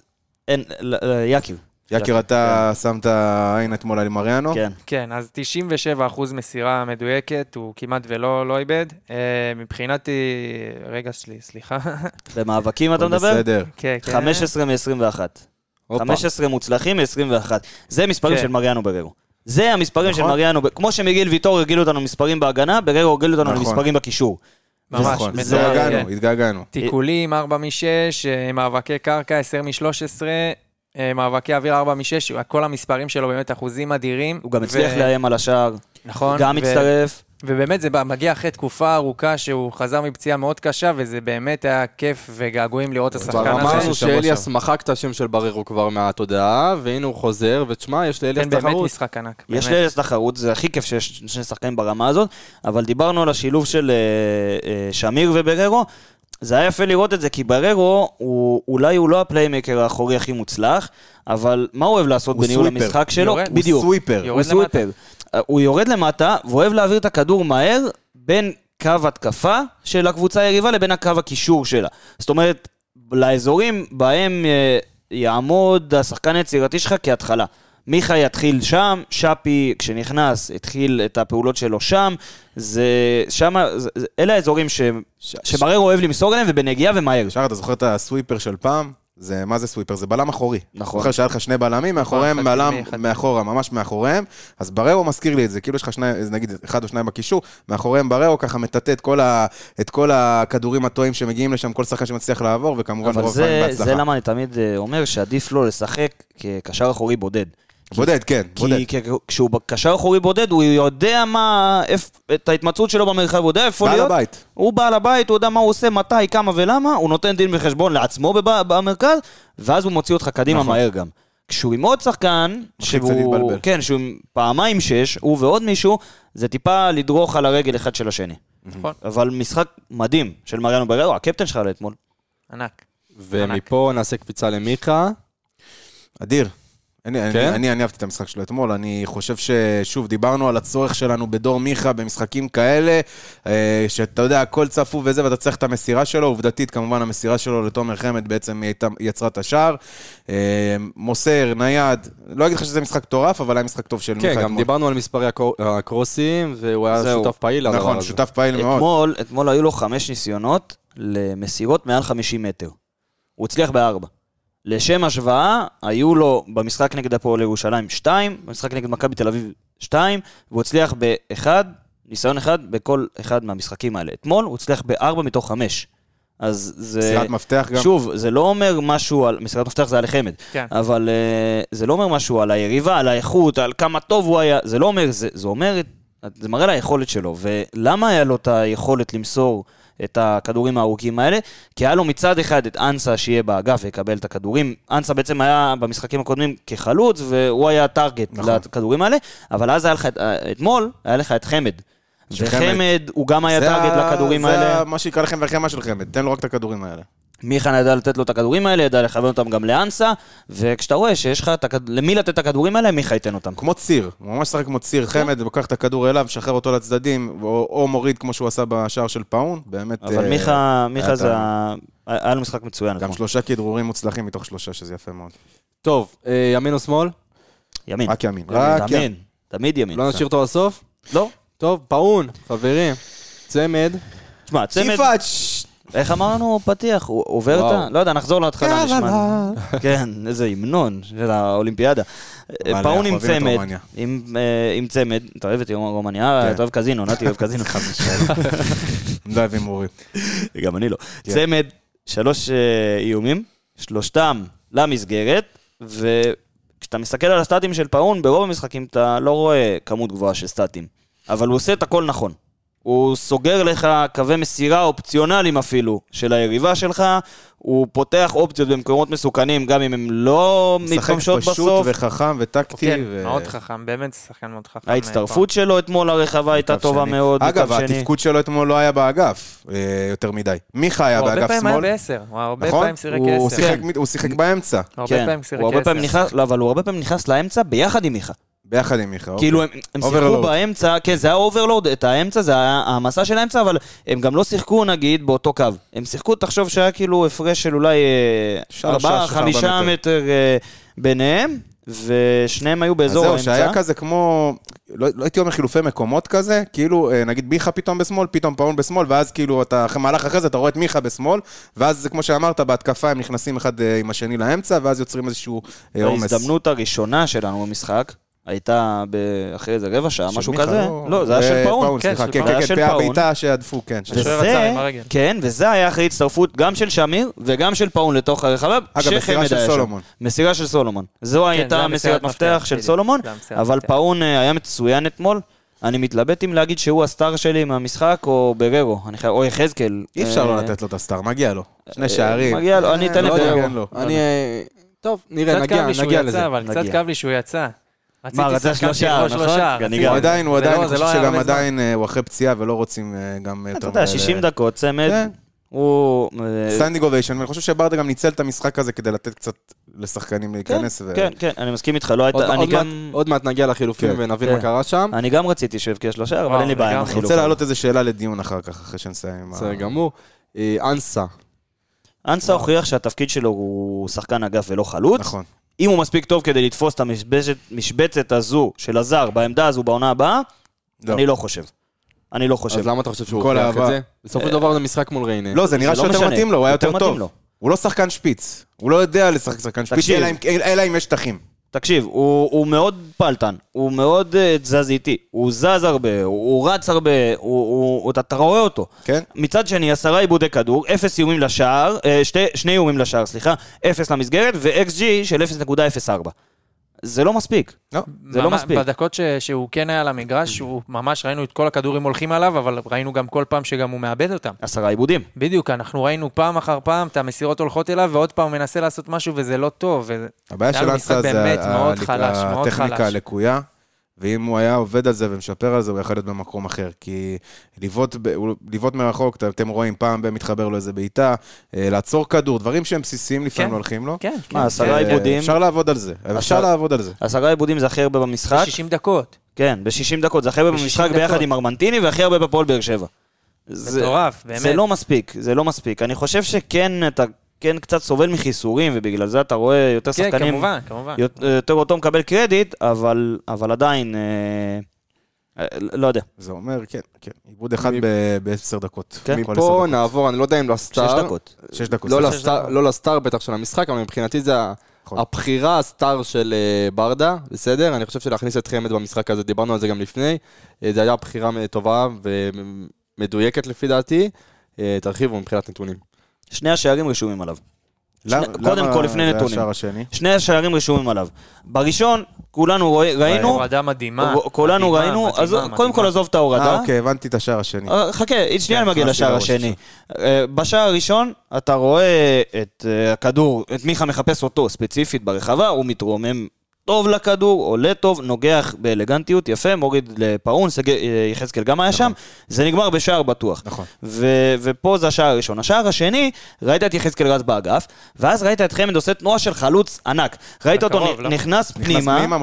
יקיר, אתה שמת עין אתמול על מריאנו? כן, אז 97% מסירה מדויקת, הוא כמעט ולא איבד. מבחינתי, רגע שלי, סליחה. במאבקים אתה מדבר? בסדר. 15 מ-21. 15 מוצלחים מ-21. זה מספרים של מריאנו בררו. זה המספרים של מריאנו, כמו שמיגיל ויטור הרגיל אותנו מספרים בהגנה, בררו הרגיל אותנו מספרים בקישור. ממש, התגעגענו. תיקולים 4 מ-6, מאבקי קרקע 10 מ-13, מאבקי אוויר 4 מ-6, כל המספרים שלו באמת אחוזים אדירים. הוא גם הצליח לאיים על השער. נכון. גם מצטרף. ובאמת זה מגיע אחרי תקופה ארוכה שהוא חזר מפציעה מאוד קשה, וזה באמת היה כיף וגעגועים לראות את השחקן הזה. אמרנו שאליאס מחק את השם של בררו כבר מהתודעה, והנה הוא חוזר, ותשמע, יש לאליאס תחרות. כן, באמת משחק ענק. יש לאליאס תחרות, זה הכי כיף שיש שני שחקנים ברמה הזאת, אבל דיברנו על השילוב של שמיר ובררו, זה היה יפה לראות את זה, כי בררו, אולי הוא לא הפליימקר האחורי הכי מוצלח, אבל מה הוא אוהב לעשות בניהול המשחק שלו? בדיוק. הוא סוויפר. הוא יורד למטה, ואוהב להעביר את הכדור מהר, בין קו התקפה של הקבוצה היריבה, לבין הקו הקישור שלה. זאת אומרת, לאזורים בהם יעמוד השחקן היצירתי שלך כהתחלה. מיכה יתחיל שם, שפי כשנכנס התחיל את הפעולות שלו שם, אלה האזורים שבררו אוהב למסור אליהם ובנגיעה ומהר. שער, אתה זוכר את הסוויפר של פעם? מה זה סוויפר? זה בלם אחורי. נכון. זוכר שהיה לך שני בלמים, מאחוריהם בלם מאחורה, ממש מאחוריהם, אז בררו מזכיר לי את זה, כאילו יש לך נגיד אחד או שניים בקישור, מאחוריהם בררו ככה מטאטא את כל הכדורים הטועים שמגיעים לשם, כל שחקן שמצליח לעבור, וכמובן ברוב פעמים בהצלחה. זה למה אני תמיית אומר שעדיף לו לשחק כקשר אחורי בודד. בודד, כן. כי כשהוא בקשר אחורי בודד, הוא יודע את ההתמצאות שלו במרחב, הוא יודע איפה להיות. הוא בעל הבית, הוא יודע מה הוא עושה, מתי, כמה ולמה, הוא נותן דין בחשבון לעצמו במרכז, ואז הוא מוציא אותך קדימה מהר גם. כשהוא עם עוד שחקן, שהוא עם פעמיים 6, הוא ועוד מישהו, זה טיפה לדרוך על הרגל אחד של השני. אבל משחק מדהים של מריאנו בררו, הקפטן שלך לאתמול. ענק. ומפה נעשה קפיצה למיכה. אדיר. אני אהבתי את המשחק שלו אתמול, אני חושב ששוב דיברנו על הצורך שלנו בדור מיכה במשחקים כאלה, שאתה יודע הכל צפו וזה ואתה צריך את המסירה שלו, עובדתית כמובן המסירה שלו לתומר חמד בעצם יצרה את השער, מוסר, נייד, לא אגיד לך שזה משחק טורף אבל היה משחק טוב של מיכה אתמול. כן, גם דיברנו על מספרי הקרוסים והוא היה שותף פעיל. נכון, שותף פעיל מאוד. אתמול היו לו 5 ניסיונות למסירות מעל 50 מטר, הוא הצליח ב4. לשם השוואה, היו לו במשחק נגד הפועל ירושלים 2, במשחק נגד מכבי תל אביב 2, והוא הצליח ניסיון אחד בכל אחד מהמשחקים האלה. אתמול הוא הצליח ב4 מתוך 5. אז זה... מסירת מפתח גם. שוב, זה לא אומר משהו על... מסירת מפתח זה על החמד. כן. אבל זה לא אומר משהו על היריבה, על האיכות, על כמה טוב הוא היה. זה לא אומר, זה אומר זה מראה ליכולת שלו, ולמה היה לו את היכולת למסור את הכדורים הארוכים האלה? כי היה לו מצד אחד את אנסה שיהיה באגף ויקבל את הכדורים. אנסה בעצם היה במשחקים הקודמים כחלוץ, והוא היה טארגט לכדורים האלה, אבל אז היה לך אתמול, היה לך את חמד. וחמד הוא גם היה טארגט לכדורים האלה. זה מה שיקרא לכם והחמה של חמד, תן לו רק את הכדורים האלה. מיכה ידע לתת לו את הכדורים האלה, ידע לכוון אותם גם לאנסה, וכשאתה רואה שיש לך למי לתת את הכדורים האלה, מיכה ייתן אותם. כמו ציר, הוא ממש שחק כמו ציר, חמד, לוקח את הכדור אליו, שחרר אותו לצדדים, או מוריד כמו שהוא עשה בשער של פאון, באמת... אבל מיכה זה... היה לו משחק מצוין. גם 3 כדרורים מוצלחים מתוך 3, שזה יפה מאוד. טוב, ימין או שמאל? ימין. רק ימין. תמיד ימין. לא נשאיר אותו לסוף? לא. טוב, פאון, חברים. צמד. תשמע, צמד... איך אמרנו פתיח? הוא עובר את ה... לא יודע, נחזור להתחלה נשמע. כן, איזה המנון של האולימפיאדה. פאון עם צמד, עם צמד, אתה אוהב את רומניה, אתה אוהב קזינו, נתי אוהב קזינו. לא אוהב הימורים. גם אני לא. צמד, 3 איומים, 3 למסגרת, וכשאתה מסתכל על הסטטים של פאון, ברוב המשחקים אתה לא רואה כמות גבוהה של סטטים, אבל הוא עושה את הכל נכון. הוא סוגר לך קווי מסירה אופציונליים אפילו של היריבה שלך, הוא פותח אופציות במקומות מסוכנים, גם אם הם לא מתממשות בסוף. משחק פשוט וחכם וטקטי. כן, מאוד חכם, באמת שחקן מאוד חכם. ההצטרפות שלו אתמול לרחבה הייתה טובה מאוד. אגב, התפקוד שלו אתמול לא היה באגף יותר מדי. מיכה היה באגף שמאל. הוא הרבה פעמים היה ב-10, הוא הרבה פעמים סירק 10. הוא שיחק באמצע. אבל הוא הרבה פעמים נכנס לאמצע ביחד עם מיכה. ביחד עם מיכה. כאילו הם שיחקו באמצע, כן, זה היה אוברלוד, את האמצע, זה היה המסע של האמצע, אבל הם גם לא שיחקו נגיד באותו קו. הם שיחקו, תחשוב שהיה כאילו הפרש של אולי 4-5 מטר ביניהם, ושניהם היו באזור האמצע. אז זהו, שהיה כזה כמו, לא הייתי אומר חילופי מקומות כזה, כאילו נגיד מיכה פתאום בשמאל, פתאום פאון בשמאל, ואז כאילו אתה מהלך אחרי זה, אתה רואה את מיכה בשמאל, ואז זה כמו שאמרת, בהתקפה הם נכנסים אחד עם השני לאמצע, ואז יוצרים איזשהו עומס. ההזדמנות הראשונה שלנו במשחק הייתה אחרי איזה רבע שעה, משהו כזה. לא, זה היה של פאון. כן, פאה בעיטה שעדפו, כן. וזה היה אחרי הצטרפות גם של שמיר וגם של פאון לתוך הרחבה. אגב, מסירה של סולומון. מסירה של סולומון. זו הייתה מסירת מפתח של סולומון, אבל פאון היה מצוין אתמול. אני מתלבט אם להגיד שהוא הסטאר שלי מהמשחק או בררו, או יחזקאל. אי אפשר לא לתת לו את הסטאר, מגיע לו. 2 שערים. מגיע לו, אני אתן לבררו. טוב, נראה, נגיע לזה. קצת כאב לי שהוא יצא. מה, רצה 3 נכון? הוא עדיין, אני חושב שגם עדיין הוא אחרי פציעה ולא רוצים גם יותר... אתה יודע, 60 דקות, צמד, הוא... סטנדינג אוביישן, ואני חושב שברדה גם ניצל את המשחק הזה כדי לתת קצת לשחקנים להיכנס. כן, אני מסכים איתך, לא הייתה... עוד מעט נגיע לחילופים ונבין מה קרה שם. אני גם רציתי שיבקיע 3, אבל אין לי בעיה עם החילופים. אני רוצה להעלות איזו שאלה לדיון אחר כך, אחרי שנסיים. בסדר גמור. אנסה הוכיח שהתפקיד שלו הוא שחקן אגף ולא חלוץ. נכון. אם הוא מספיק טוב כדי לתפוס את המשבצת הזו של הזר בעמדה הזו בעונה הבאה, אני לא חושב. אז למה אתה חושב שהוא הוכיח את זה? בסופו של דבר זה משחק מול ריינה. לא, זה נראה שיותר מתאים לו, הוא היה יותר טוב. הוא לא שחקן שפיץ. הוא לא יודע לשחק שחקן שפיץ, אלא אם יש שטחים. תקשיב, הוא מאוד פלטן, הוא מאוד תזזיתי, הוא זז הרבה, הוא רץ הרבה, אתה רואה אותו. כן. מצד שני, 10 עיבודי כדור, 0 איומים לשער, 2 איומים לשער, 0 למסגרת, ו-XG של 0.04. זה לא מספיק. זה לא מספיק. בדקות שהוא כן היה למגרש, ממש ראינו את כל הכדורים הולכים עליו, אבל ראינו גם כל פעם שגם הוא מאבד אותם. 10 עיבודים. בדיוק, אנחנו ראינו פעם אחר פעם, את המסירות הולכות אליו, ועוד פעם הוא מנסה לעשות משהו וזה לא טוב. הבעיה של אנסה זה הטכניקה הלקויה, ואם הוא היה עובד על זה ומשפר על זה, הוא יכול להיות במקום אחר, כי ליוות מרחוק, אתם רואים פעם במתחבר לו איזה בעיטה, לעצור כדור, דברים שהם בסיסיים לפעמים לא הולכים לו. כן, כן. 10 עיבודים. אפשר לעבוד על זה, 10 עיבודים זה הכי הרבה במשחק. ב-60 דקות. כן, ב-60 דקות, זה הכי הרבה במשחק ביחד עם ארמנטיני, והכי הרבה בפועל באר שבע. מטורף, באמת. זה לא מספיק. אני חושב שכן, אתה כן קצת סובל מחיסורים, ובגלל זה אתה רואה יותר שחקנים, כמובן. יותר אותו מקבל קרדיט, אבל עדיין, לא יודע. זה אומר, כן, עיבוד אחד ב-10 דקות. מפה נעבור, אני לא יודע אם לסטאר. 6 דקות. לא לסטאר בטח של המשחק, אבל מבחינתי זה הבחירה, הסטאר של ברדה, בסדר? אני חושב שלהכניס את חמד במשחק הזה, דיברנו על זה גם לפני, זה היה בחירה טובה ומדויקת לפי דעתי, תרחיבו מבחינת נתונים. 2 השערים רשומים עליו. קודם כל, לפני נתונים. שני השערים רשומים עליו. בראשון, כולנו ראינו... הורדה מדהימה. כולנו ראינו, אז קודם כל עזוב את ההורדה. אוקיי, הבנתי את השער השני. חכה, שנייה אני מגיע לשער השני. בשער הראשון, אתה רואה את הכדור, את מיכה מחפש אותו ספציפית ברחבה, הוא מתרומם טוב לכדור, עולה טוב, נוגח באלגנטיות, יפה, מוריד לפאון, יחזקאל גם היה שם, זה נגמר בשער בטוח. נכון. ופה זה השער הראשון. השער השני, ראית את יחזקאל רץ באגף, ואז ראית את חמד עושה תנועה של חלוץ ענק. ראית אותו נכנס פנימה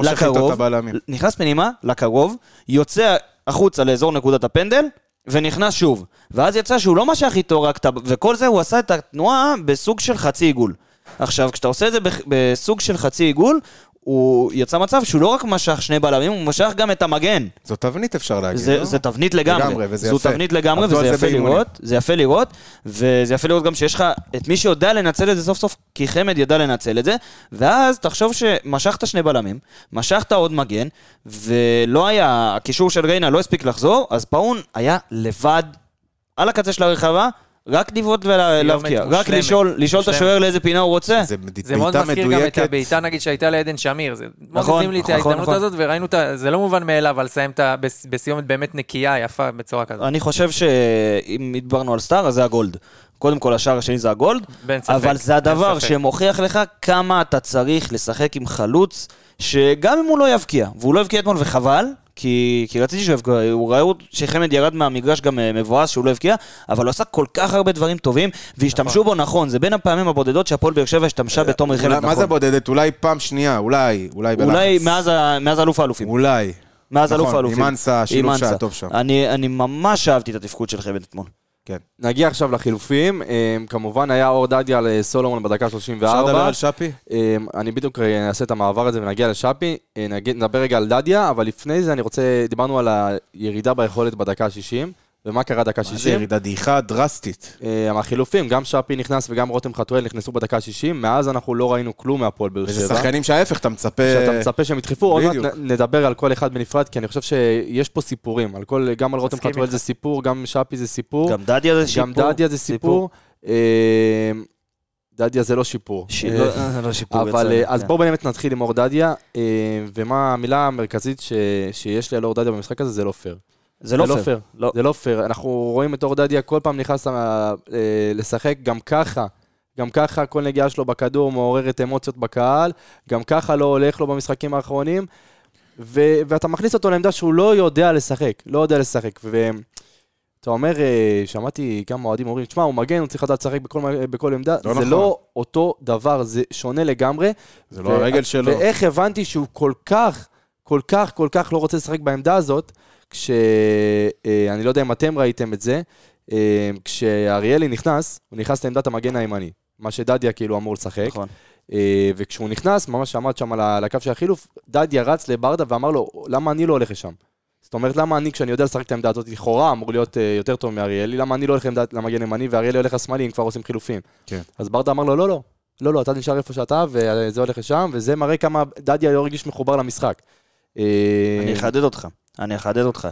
לקרוב, יוצא החוצה לאזור נקודת הפנדל, ונכנס שוב. ואז יצא שהוא לא משך איתו רק, וכל זה הוא עשה את התנועה בסוג של חצי עיגול. עכשיו, כשאתה עושה את זה בסוג של חצי עיגול, הוא יצא מצב שהוא לא רק משך שני בלמים, הוא משך גם את המגן. זו תבנית אפשר להגיד, זה תבנית לגמרי. זו תבנית לגמרי, וזה יפה לראות. זה יפה לראות, וזה יפה לראות גם שיש לך את מי שיודע לנצל את זה סוף סוף, כי חמד ידע לנצל את זה, ואז תחשוב שמשכת שני בלמים, משכת עוד מגן, ולא היה, הקישור של ריינה לא הספיק לחזור, אז פאון היה לבד על הקצה של הרחבה, רק דיוות ולהבקיע, רק לשאול את השוער לאיזה פינה הוא רוצה. זה מאוד מזכיר גם את הביתה נגיד שהייתה לעדן שמיר, זה מאוד מזכיר לי את ההזדמנות הזאת, וראינו, זה לא מובן מאליו, על לסיים בסיומת באמת נקייה, יפה בצורה כזאת. אני חושב שאם התברנו על סטאר, אז זה הגולד. קודם כל השער השני זה הגולד, אבל זה הדבר שמוכיח לך כמה אתה צריך לשחק עם חלוץ, שגם אם הוא לא יבקיע, והוא לא יבקיע אתמול וחבל, כי רציתי שהוא יבקיע, הוא ראו שחמד ירד מהמגרש גם מבואס שהוא לא יבקיע, אבל הוא עשה כל כך הרבה דברים טובים, והשתמשו בו נכון, זה בין הפעמים הבודדות שהפועל באר שבע השתמשה בתומר חמד נכון. מה זה בודדת? אולי פעם שנייה, אולי מאז אלוף האלופים. אולי. מאז אלוף האלופים. עם אנסה, שילוב שעה טוב שם. אני ממש אהבתי את התפקוד של חמד אתמול. כן. נגיע עכשיו לחילופים, כמובן היה אור דדיה לסולומון בדקה 34. אפשר לדבר על שפי? אני בדיוק אעשה את המעבר הזה ונגיע לשפי, נדבר רגע על דדיה, אבל לפני זה דיברנו על הירידה ביכולת בדקה 60, ומה קרה דקה 60? זה ירידה דעיכה דרסטית. החילופים, גם שפי נכנס וגם רותם חתואל נכנסו בדקה 60, מאז אנחנו לא ראינו כלום מהפועל באר שבע. וזה שחקנים שההפך, אתה מצפה שהם יתחפו, עוד מעט נדבר על כל אחד בנפרד, כי אני חושב שיש פה סיפורים, גם על רותם חתואל זה סיפור, גם שפי זה סיפור. גם דדיה זה סיפור. דדיה זה לא שיפור. אבל אז בואו באמת נתחיל עם אור דדיה, ומה המילה המרכזית שיש לי על אור דדיה במשחק הזה, זה לא פייר. זה לא פייר. אנחנו רואים את אור דדיה כל פעם נכנס לשחק, גם ככה כל נגיעה שלו בכדור מעוררת אמוציות בקהל, גם ככה לא הולך לו במשחקים האחרונים, ואתה מכניס אותו לעמדה שהוא לא יודע לשחק, ואתה אומר, שמעתי כמה מועדים אומרים, תשמע, הוא מגן, הוא צריך לדעת לשחק בכל עמדה, זה לא אותו דבר, זה שונה לגמרי, זה לא הרגל שלו. ואיך הבנתי שהוא כל כך לא רוצה לשחק בעמדה הזאת, אני לא יודע אם אתם ראיתם את זה, כשאריאלי נכנס, הוא נכנס לעמדת המגן הימני, מה שדדיה כאילו אמור לשחק, וכשהוא נכנס, ממש עמד שם על הקו של החילוף, דדיה רץ לברדה ואמר לו, למה אני לא הולך לשם? זאת אומרת, למה אני, כשאני יודע לשחק את העמדה הזאת, לכאורה אמור להיות יותר טוב מאריאלי, למה אני לא הולך למגן הימני, ואריאלי הולך לשמאלי, אם כבר עושים חילופים. אז ברדה אמר לו, לא, אתה נשאר איפה שאתה, וזה הולך לשם, וזה מראה כמה דדיה לא רגיש מחובר למשחק. אני אחדד אותך.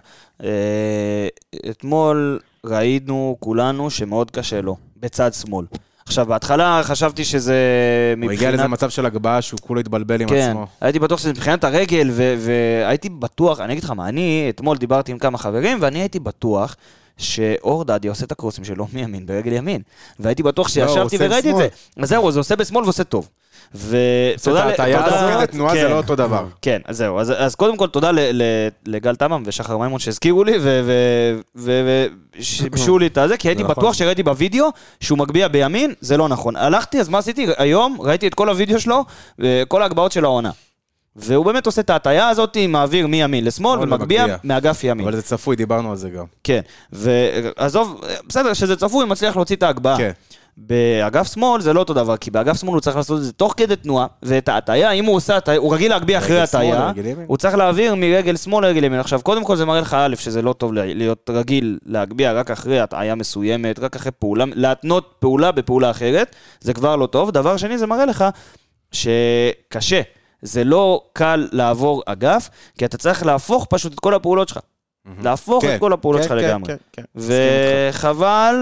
אתמול ראינו כולנו שמאוד קשה לו, בצד שמאל. עכשיו, בהתחלה חשבתי שזה הוא הגיע לזה מצב של הגבהה שהוא כולו התבלבל עם עצמו. כן, הייתי בטוח שזה מבחינת הרגל, והייתי בטוח, אני אגיד לך מה, אני אתמול דיברתי עם כמה חברים, ואני הייתי בטוח שאור דדיה עושה את הקרוסים שלו מימין ברגל ימין. והייתי בטוח שישבתי וראיתי את זה. אז זהו, זה עושה בשמאל ועושה טוב. ותודה לתנועה זה לא אותו דבר. כן, אז זהו. אז קודם כל תודה לגל תמם ושחר מימון שהזכירו לי ושיבשו לי את זה, כי הייתי בטוח שראיתי בווידאו שהוא מגביע בימין, זה לא נכון. הלכתי, אז מה עשיתי? היום ראיתי את כל הווידאו שלו, כל ההגבהות של העונה. והוא באמת עושה את ההטיה הזאת, מעביר מימין לשמאל ומגביע מאגף ימין. אבל זה צפוי, דיברנו על זה גם. כן, ועזוב, בסדר, שזה צפוי, מצליח להוציא את ההגבהה. כן. באגף שמאל זה לא אותו דבר, כי באגף שמאל הוא צריך לעשות את זה תוך כדי תנועה, ואת ההטיה, אם הוא עושה, הוא רגיל להגביע אחרי ההטיה, הוא צריך להעביר מרגל שמאל לרגל ימין. עכשיו, קודם כל זה מראה לך א', שזה לא טוב להיות רגיל להגביע רק אחרי הטיה מסוימת, רק אחרי פעולה, להתנות פעולה בפעולה אחרת, זה כבר לא טוב. דבר שני, זה מראה לך שקשה, זה לא קל לעבור אגף, כי אתה צריך להפוך פשוט את כל הפעולות שלך. להפוך את כל הפעולות שלך לגמרי. וחבל,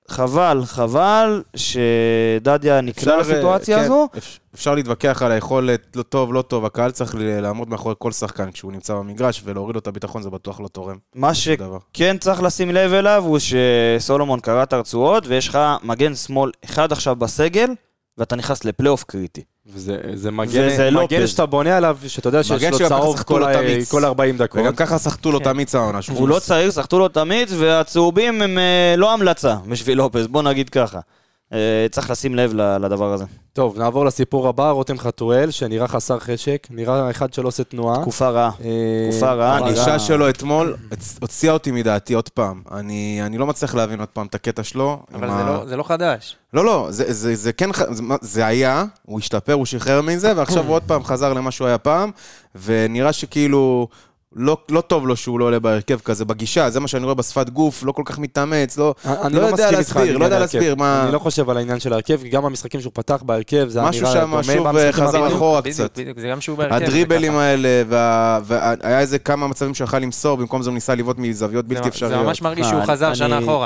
חבל שדדיה נקלע לסיטואציה הזו. אפשר להתווכח על היכולת, לא טוב, לא טוב, הקהל צריך לעמוד מאחורי כל שחקן כשהוא נמצא במגרש, ולהוריד לו את הביטחון, זה בטוח לא תורם. מה שכן צריך לשים לב אליו, הוא שסולומון קרא את הרצועות, ויש לך מגן שמאל אחד עכשיו בסגל, ואתה נכנס לפלייאוף קריטי. וזה מגן שאתה בונה עליו, שאתה יודע שיש לו צהוב כל 40 דקות. וגם ככה שחטו לו את המיץ העונה. הוא לא צעיר, שחטו לו את המיץ, והצהובים הם לא המלצה בשביל לופס, בוא נגיד ככה. צריך לשים לב לדבר הזה. טוב, נעבור לסיפור הבא, רותם חתואל, שנראה חסר חשק, נראה אחד שלא עושה תנועה. תקופה רעה. הגישה שלו אתמול הוציאה אותי מדעתי עוד פעם. אני לא מצליח להבין עוד פעם את הקטע שלו. אבל זה לא חדש. לא, זה כן, זה היה, הוא השתפר, הוא שחרר מזה, ועכשיו הוא עוד פעם חזר למה שהוא היה פעם, ונראה שכאילו לא טוב לו שהוא לא עולה בהרכב כזה, בגישה, זה מה שאני רואה בשפת גוף, לא כל כך מתאמץ, לא יודע להסביר מה... אני לא חושב על העניין של ההרכב, גם המשחקים שהוא פתח בהרכב, זה משהו שם שוב חזר אחורה קצת. בדיוק, זה גם שהוא בהרכב. הדריבלים האלה, והיה איזה כמה מצבים שיכל למסור, במקום זה הוא ניסה לבעוט מזוויות בלתי אפשריות. זה ממש מרגיש שהוא חזר שנה אחורה.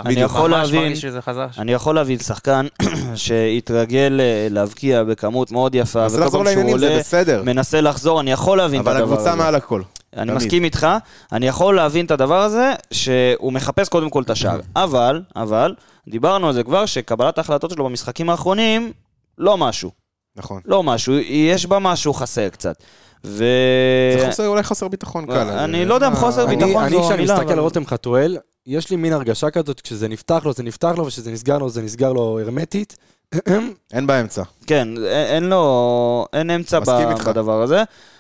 אני יכול להבין שחקן שהתרגל להבקיע בכמות מאוד יפה, וכל שהוא עולה, מנסה לחזור, אני יכול להבין את הדבר הזה. אבל הקבוצה מעל הכל. אני מסכים איתך, אני יכול להבין את הדבר הזה, שהוא מחפש קודם כל את השער. אבל, דיברנו על זה כבר, שקבלת ההחלטות שלו במשחקים האחרונים, לא משהו. נכון. לא משהו, יש בה משהו חסר קצת. זה אולי חוסר ביטחון קל. אני לא יודע אם חוסר ביטחון זו המילה. אני מסתכל על רותם חתואל, יש לי מין הרגשה כזאת, כשזה נפתח לו, זה נפתח לו, וכשזה נסגר לו, זה נסגר לו הרמטית. אין באמצע. כן, אין אמצע בדבר הזה.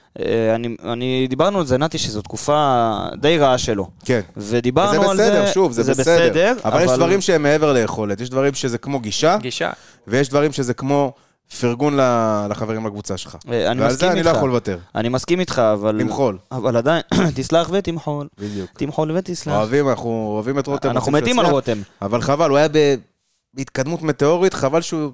אני דיברנו על זה, נתי, שזו תקופה די רעה שלו. כן. ודיברנו על זה. זה בסדר, שוב, זה בסדר. אבל יש דברים שהם מעבר ליכולת. יש דברים שזה כמו גישה. ויש דברים שזה כמו פרגון לחברים לקבוצה שלך. ועל זה אני לא יכול לוותר. אני מסכים איתך, אבל... תמחול. אבל עדיין, תסלח ותמחול. בדיוק. תמחול ותסלח. אנחנו אוהבים את רותם. אנחנו מתים על רותם. אבל חבל, הוא היה בהתקדמות מטאורית, חבל שהוא...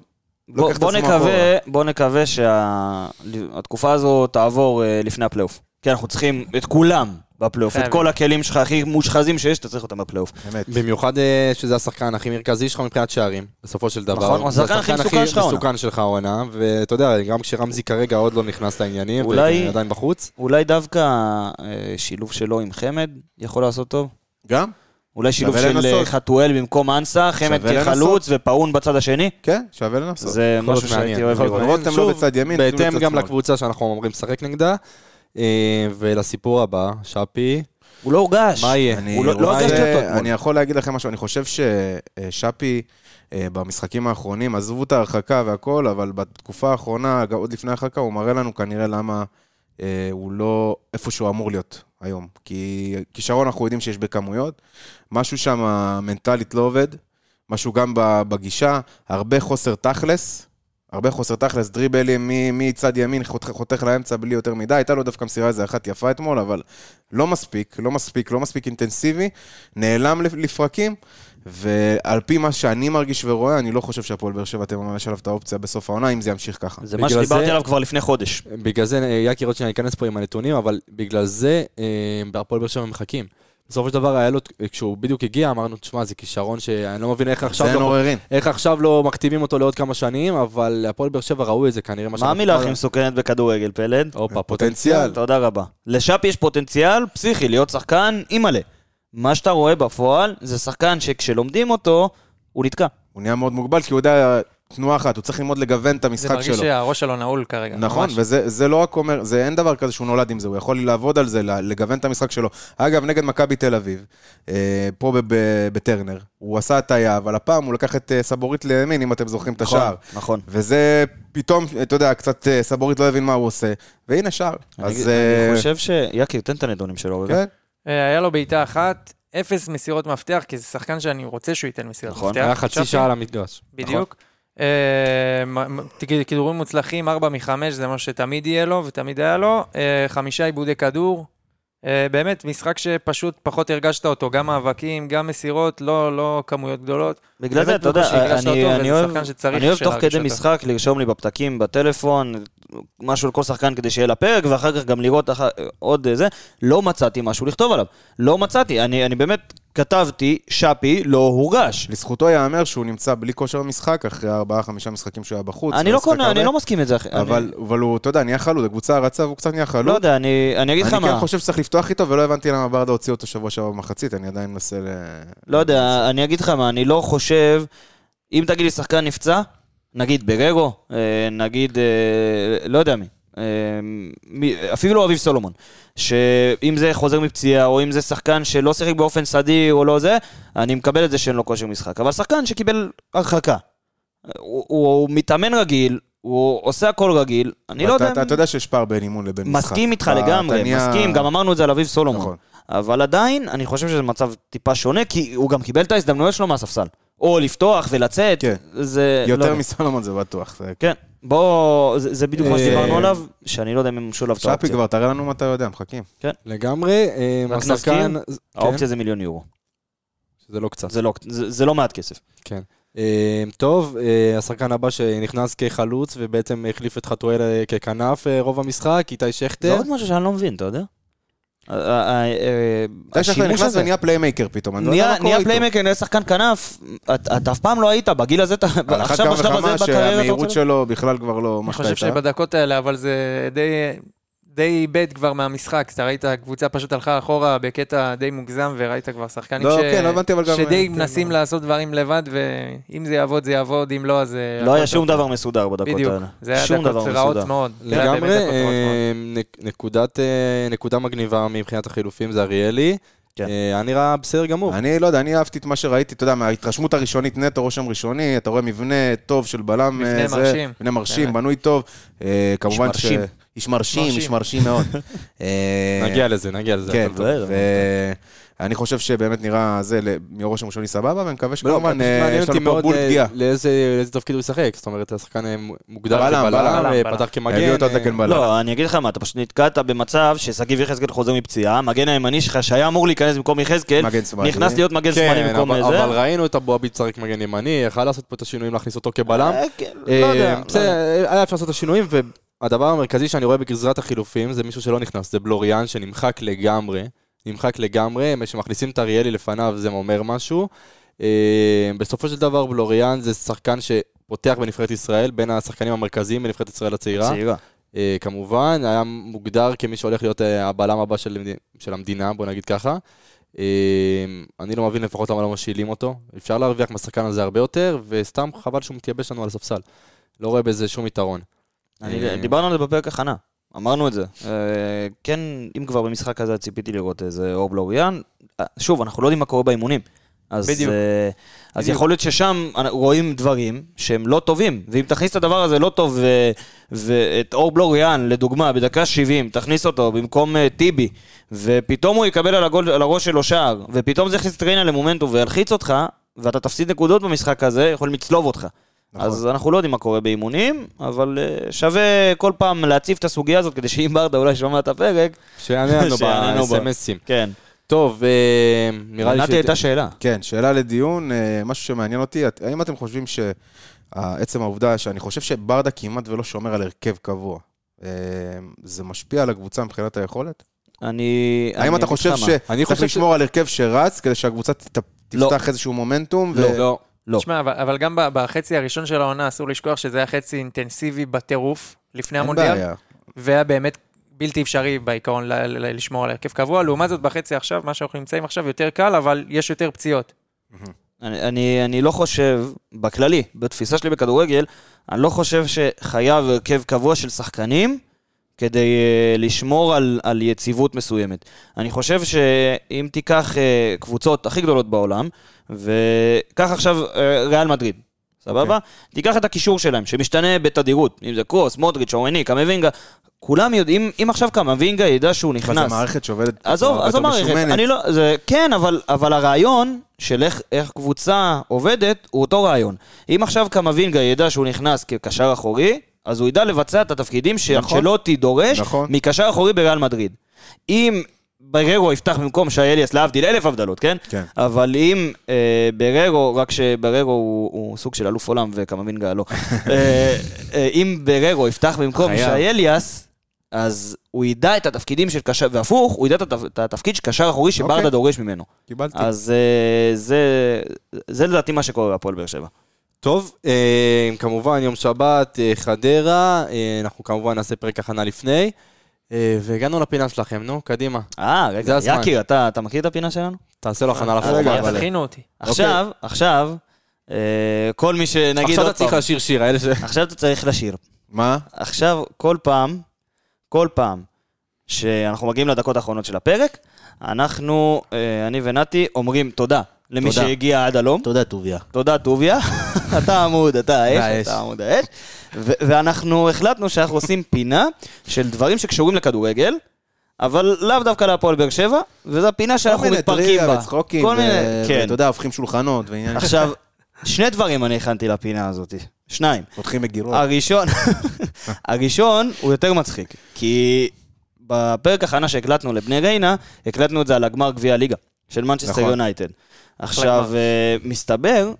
בוא נקווה שהתקופה הזו תעבור לפני הפלייאוף. כי אנחנו צריכים את כולם בפלייאוף. את כל הכלים שלך הכי מושחזים שיש, אתה צריך אותם בפלייאוף. במיוחד שזה השחקן הכי מרכזי שלך מבחינת שערים, בסופו של דבר. נכון, השחקן הכי מסוכן שלך העונה. ואתה יודע, גם כשרמזי כרגע עוד לא נכנס לעניינים, ועדיין בחוץ. אולי דווקא שילוב שלו עם חמד יכול לעשות טוב? גם? אולי שילוב של חתואל במקום אנסה, חמד כחלוץ ופאון בצד השני? כן, שווה לנסות. זה משהו שהייתי אוהב לראות. רותם לא בצד ימין. בהתאם גם לקבוצה שאנחנו אומרים לשחק נגדה. ולסיפור הבא, שפי. הוא לא הורגש. מה יהיה? אני יכול להגיד לכם משהו, אני חושב ששפי במשחקים האחרונים, עזבו את ההרחקה והכל, אבל בתקופה האחרונה, עוד לפני ההרחקה, הוא מראה לנו כנראה למה הוא לא איפה שהוא אמור להיות היום. כי כישרון אנחנו יודעים שיש בכמויות, משהו שם מנטלית לא עובד, משהו גם בגישה, הרבה חוסר תכלס, דריבלים מצד ימין, חותך לאמצע בלי יותר מדי, הייתה לו דווקא מסירה איזה אחת יפה אתמול, אבל לא מספיק אינטנסיבי, נעלם לפרקים, ועל פי מה שאני מרגיש ורואה, אני לא חושב שהפועל באר שבע תממש עליו את האופציה בסוף העונה, אם זה ימשיך ככה. זה מה שדיברתי עליו כבר לפני חודש. בגלל זה, יקי רוצה שאני אכנס פה עם הנתונים, אבל בגלל זה, הפועל באר שבע מחכים. בסופו של דבר היה לו, כשהוא בדיוק הגיע, אמרנו, תשמע, זה כישרון שאני לא מבין איך עכשיו לא מכתיבים אותו לעוד כמה שנים, אבל הפועל באר שבע ראו את זה כנראה. מה המילה הכי מסוכנת בכדורגל, פלד? פוטנציאל. תודה רבה. לשפי יש פוטנציאל פסיכי, להיות שחקן אימאלה. מה שאתה רואה בפועל, זה שחקן שכשלומדים אותו, הוא נתקע. הוא נהיה מאוד מוגבל, כי הוא יודע תנועה אחת, הוא צריך ללמוד לגוון את המשחק שלו. זה מרגיש שהראש שלו נעול כרגע. נכון, וזה לא רק אומר, אין דבר כזה שהוא נולד עם זה, הוא יכול לעבוד על זה, לגוון את המשחק שלו. אגב, נגד מכבי תל אביב, פה בטרנר, הוא עשה את היה, אבל הפעם הוא לקח את סבורית לימין, אם אתם זוכרים את השער. נכון. וזה פתאום, אתה יודע, קצת סבורית לא הבין מה הוא עושה, והנה שער. אני חושב שיקי, תן את הנתונים שלו. כן. היה לו בעיטה אחת, 0 מסירות מפתח, כי זה שחקן שאני רוצה שהוא ייתן מסירות מפתח. היה חצי שעה על המגרש. בדיוק. כידורים מוצלחים, 4 מ-5, זה מה שתמיד יהיה לו, ותמיד היה לו. 5 עיבודי כדור. באמת, משחק שפשוט פחות הרגשת אותו, גם מאבקים, גם מסירות, לא כמויות גדולות. בגלל זה, אתה יודע, אני אוהב תוך כדי משחק לרשום לי בפתקים, בטלפון, משהו לכל שחקן כדי שיהיה לפרק, ואחר כך גם לראות עוד זה, לא מצאתי משהו לכתוב עליו. לא מצאתי, אני באמת כתבתי, שפי לא הורגש. לזכותו יאמר שהוא נמצא בלי כושר משחק, אחרי 4-5 משחקים שהוא היה בחוץ. אני לא מסכים את זה. אבל הוא, אתה יודע, נהיה חלוד, הקבוצה הרצה והוא קצת נהיה חלוד. לא יודע, אני אגיד לך מה. אני כן חושב שצריך לפתוח איתו, ולא הבנתי למה ברדה הוציא אותו שבוע שעבר במחצית, אני עדיין מנסה לא יודע, אני אגיד לך מה, אני לא חושב, אם תגיד לי שחקן נפצע, נגיד בררו, נגיד, לא יודע מי, אפילו לא אביב סולומון, שאם זה חוזר מפציעה, או אם זה שחקן שלא שיחק באופן סדיר או לא זה, אני מקבל את זה שאין לו כושר משחק. אבל שחקן שקיבל הרחקה, הוא מתאמן רגיל, הוא עושה הכל רגיל, אני לא יודע... אתה יודע שיש פער בין אימון לבין משחק. מסכים איתך לגמרי, מסכים, גם אמרנו את זה על אביב סולומון. אבל עדיין, אני חושב שזה מצב טיפה שונה, כי הוא גם קיבל את ההזדמנויות שלו מהספסל. או לפתוח ולצאת, זה... יותר מסולומון זה בטוח. כן, בוא, זה בדיוק מה שדיברנו עליו, שאני לא יודע אם הם משולב את האופציה. שפי כבר, תראה לנו מה אתה יודע, מחכים. כן. לגמרי, השחקן... האופציה זה €1,000,000. זה לא קצת. זה לא מעט כסף. כן. טוב, השחקן הבא שנכנס כחלוץ, ובעצם החליף את חתואל ככנף רוב המשחק, איתי שכטר. זה עוד משהו שאני לא מבין, אתה יודע? איתי שכטר נכנס ונהיה פליימייקר פתאום. נהיה פליימייקר, נהיה שחקן כנף, אתה אף פעם לא היית, בגיל הזה, עכשיו בשלב הזה בקריירה. שהמהירות שלו בכלל כבר לא... אני חושב שבדקות האלה, אבל זה די איבד כבר מהמשחק, אתה ראית, הקבוצה פשוט הלכה אחורה בקטע די מוגזם, וראית כבר שחקנים שדי מנסים לעשות דברים לבד, ואם זה יעבוד, זה יעבוד, אם לא, אז... לא היה שום דבר מסודר בדקות האלה. בדיוק, זה היה דקות רעות מאוד. לגמרי, נקודה מגניבה מבחינת החילופים זה אריאלי, היה נראה בסדר גמור. אני לא יודע, אני אהבתי את מה שראיתי, אתה יודע, מההתרשמות הראשונית נטו, רושם ראשי, אתה רואה מבנה טוב של בלם, מבנה מרשים, בנוי טוב, כמובן איש מרשים מאוד. נגיע לזה. כן, אני חושב שבאמת נראה זה מראש המושני סבבה, ואני מקווה שכמובן יש לנו פה בול פגיעה. לאיזה תפקיד הוא ישחק? זאת אומרת, השחקן מוגדר כבלם, פתח כמגן. לא, אני אגיד לך מה, אתה פשוט נתקעת במצב שסגיב יחזקאל חוזר מפציעה, מגן הימני שלך שהיה אמור להיכנס במקום יחזקאל, נכנס להיות מגן שמאלי במקום זה. אבל ראינו את אבו עביד שחק מגן ימני, יכל לעשות פה את השינויים, להכניס אותו כבלם. היה אפשר לעשות את השינויים, והדבר המרכזי שאני רואה בגזרת החילופים, זה מישהו שלא נכנס, זה בלוריאן שנמחק לגמרי, שמכניסים את אריאלי לפניו, זה אומר משהו. בסופו של דבר, בלוריאן זה שחקן שפותח בנבחרת ישראל, בין השחקנים המרכזיים בנבחרת ישראל הצעירה. כמובן, היה מוגדר כמי שהולך להיות הבעלם הבא של המדינה, בוא נגיד ככה. אני לא מבין לפחות למה לא משאילים אותו. אפשר להרוויח מהשחקן הזה הרבה יותר, וסתם חבל שהוא מתייבש לנו על הספסל. לא רואה בזה שום יתרון. דיברנו על זה בפרק הכנה. אמרנו את זה. כן, אם כבר במשחק הזה ציפיתי לראות איזה אור בלוריאן, שוב, אנחנו לא יודעים מה קורה באימונים. אז יכול להיות ששם רואים דברים שהם לא טובים, ואם תכניס את הדבר הזה לא טוב, ואת אור בלוריאן, לדוגמה, בדקה 70, תכניס אותו במקום טיבי, ופתאום הוא יקבל על הראש שלו שער, ופתאום זה יכניס את ריינה למומנטום וילחיץ אותך, ואתה תפסיד נקודות במשחק הזה, יכולים לצלוב אותך. אז אנחנו לא יודעים מה קורה באימונים, אבל שווה כל פעם להציף את הסוגיה הזאת, כדי שאם ברדה אולי שומע את הפרק, שיענו ב-SMSים. כן. טוב, נראה לי נתי הייתה שאלה. כן, שאלה לדיון, משהו שמעניין אותי, האם אתם חושבים שעצם העובדה שאני חושב שברדה כמעט ולא שומר על הרכב קבוע, זה משפיע על הקבוצה מבחינת היכולת? האם אתה חושב שצריך לשמור על הרכב שרץ, כדי שהקבוצה תפתח איזשהו מומנטום? לא. לא. תשמע, אבל גם בחצי הראשון של העונה אסור לשכוח שזה היה חצי אינטנסיבי בטירוף לפני המונדיאל, והיה באמת בלתי אפשרי בעיקרון לשמור על הרכב קבוע. לעומת זאת בחצי עכשיו, מה שאנחנו נמצאים עכשיו יותר קל, אבל יש יותר פציעות. אני לא חושב, בכללי, בתפיסה שלי בכדורגל, אני לא חושב שחייב הרכב קבוע של שחקנים, כדי לשמור על יציבות מסוימת. אני חושב שאם תיקח קבוצות הכי גדולות בעולם, וכך עכשיו ריאל מדריד, סבבה? תיקח את הקישור שלהם, שמשתנה בתדירות, אם זה קרוס, מודריץ', אורני, קמבינגה, כולם יודעים, אם עכשיו קמבינגה ידע שהוא נכנס. אז המערכת שעובדת אז המערכת, כן, אבל הרעיון של איך קבוצה עובדת, הוא אותו רעיון. אם עכשיו קמבינגה ידע שהוא נכנס כקשר אחורי, אז הוא ידע לבצע את התפקידים שאנצ'לוטי דורש מקשר אחורי בריאל מדריד. אם בררו יפתח במקום שאליאס להבדיל 1,000 הבדלות, כן? כן. אבל אם בררו, רק שבררו הוא סוג של אלוף עולם וכמובן לא. אם בררו יפתח במקום שאליאס, אז הוא ידע את התפקידים של קשר, והפוך, הוא ידע את התפקיד של קשר אחורי שברדה דורש ממנו. קיבלתי. אז זה לדעתי מה שקורה בהפועל באר שבע. טוב, כמובן יום שבת, חדרה, אנחנו כמובן נעשה פרק הכנה לפני, והגענו לפינה שלכם, נו, קדימה. רגע, יקיר, אתה מכיר את הפינה שלנו? תעשה לו הכנה לפורמט. תכינו אותי. עכשיו, כל מי שנגיד... עכשיו אתה צריך לשיר שיר, עכשיו אתה צריך לשיר. מה? עכשיו, כל פעם שאנחנו מגיעים לדקות האחרונות של הפרק, אנחנו, אני ונתי, אומרים תודה למי שהגיע עד הלום. תודה טוביה. תודה טוביה. אתה עמוד, אתה עמוד האש. ואנחנו החלטנו שאנחנו עושים פינה של דברים שקשורים לכדורגל, אבל לאו דווקא להפועל באר שבע, וזו הפינה שאנחנו מתפרקים בה. וצחוקים, ואתה יודע, הופכים שולחנות ועניין. עכשיו, שני דברים אני הכנתי לפינה הזאת. 2. פותחים מגירות. הראשון הוא יותר מצחיק, כי בפרק הכנה שהקלטנו לבני ריינה, הקלטנו את זה על הגמר גביע הליגה, של מנצ'סטר יונייטד. עכשיו, מסתבר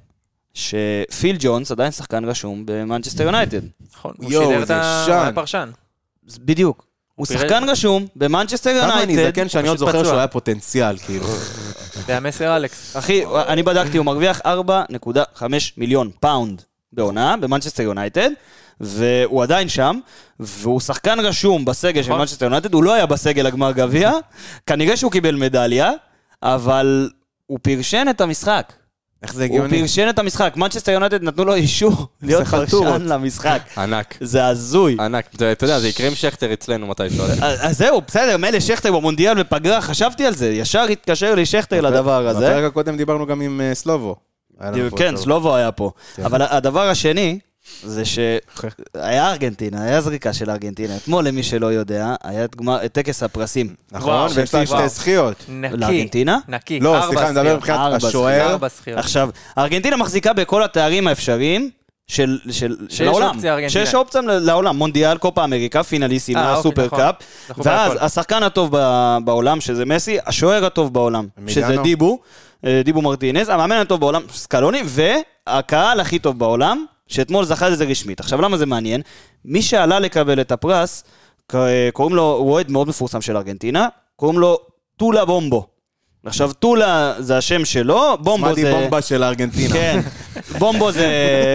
שפיל ג'ונס עדיין שחקן רשום במנצ'סטר יונייטד. נכון, הוא שידר את הפרשן. בדיוק. הוא שחקן רשום במנצ'סטר יונייטד. כמה אני זקן שאני עוד זוכר שהוא היה פוטנציאל, כאילו. זה המסר אלכס. אחי, אני בדקתי, הוא מרוויח 4.5 מיליון פאונד בעונה במנצ'סטר יונייטד, והוא עדיין שם, והוא שחקן רשום בסגל של מנצ'סטר יונייטד, הוא לא היה בסגל הגמר גביע, כנראה שהוא קיבל מדליה, אבל הוא פרשן את המשחק. איך זה הגיוני? הוא פרשן את המשחק. מנצ'סטר יונייטד נתנו לו אישור להיות פרשן למשחק. ענק. זה הזוי. ענק. אתה יודע, זה יקרה עם שכטר אצלנו מתי שלא. אז זהו, בסדר, מלא שכטר במונדיאל בפגרה, חשבתי על זה. ישר התקשר לי שכטר לדבר הזה. בפרק הקודם דיברנו גם עם סלובו. כן, סלובו היה פה. אבל הדבר השני, זה שהיה ארגנטינה, היה זריקה של ארגנטינה. אתמול, למי שלא יודע, היה את טקס הפרסים. נכון, ויש לה 2 זכיות. לארגנטינה? נקי. לא, סליחה, אני מדבר מבחינת השוער. עכשיו, ארגנטינה מחזיקה בכל התארים האפשריים של העולם. שיש אופציה לעולם. מונדיאל, קופה אמריקה, פינליסימה, סופר קאפ. ואז השחקן הטוב בעולם, שזה מסי, השוער הטוב בעולם, שזה דיבו מרטינז, המאמן הטוב בעולם, סקלוני, והקהל הכי טוב בעולם, שאתמול זכה לזה רשמית. עכשיו, למה זה מעניין? מי שעלה לקבל את הפרס, קוראים לו, הוא אוהד מאוד מפורסם של ארגנטינה, קוראים לו טולה בומבו. עכשיו, טולה זה השם שלו, בומבו זה... סמדי בומבה של ארגנטינה. כן, בומבו זה...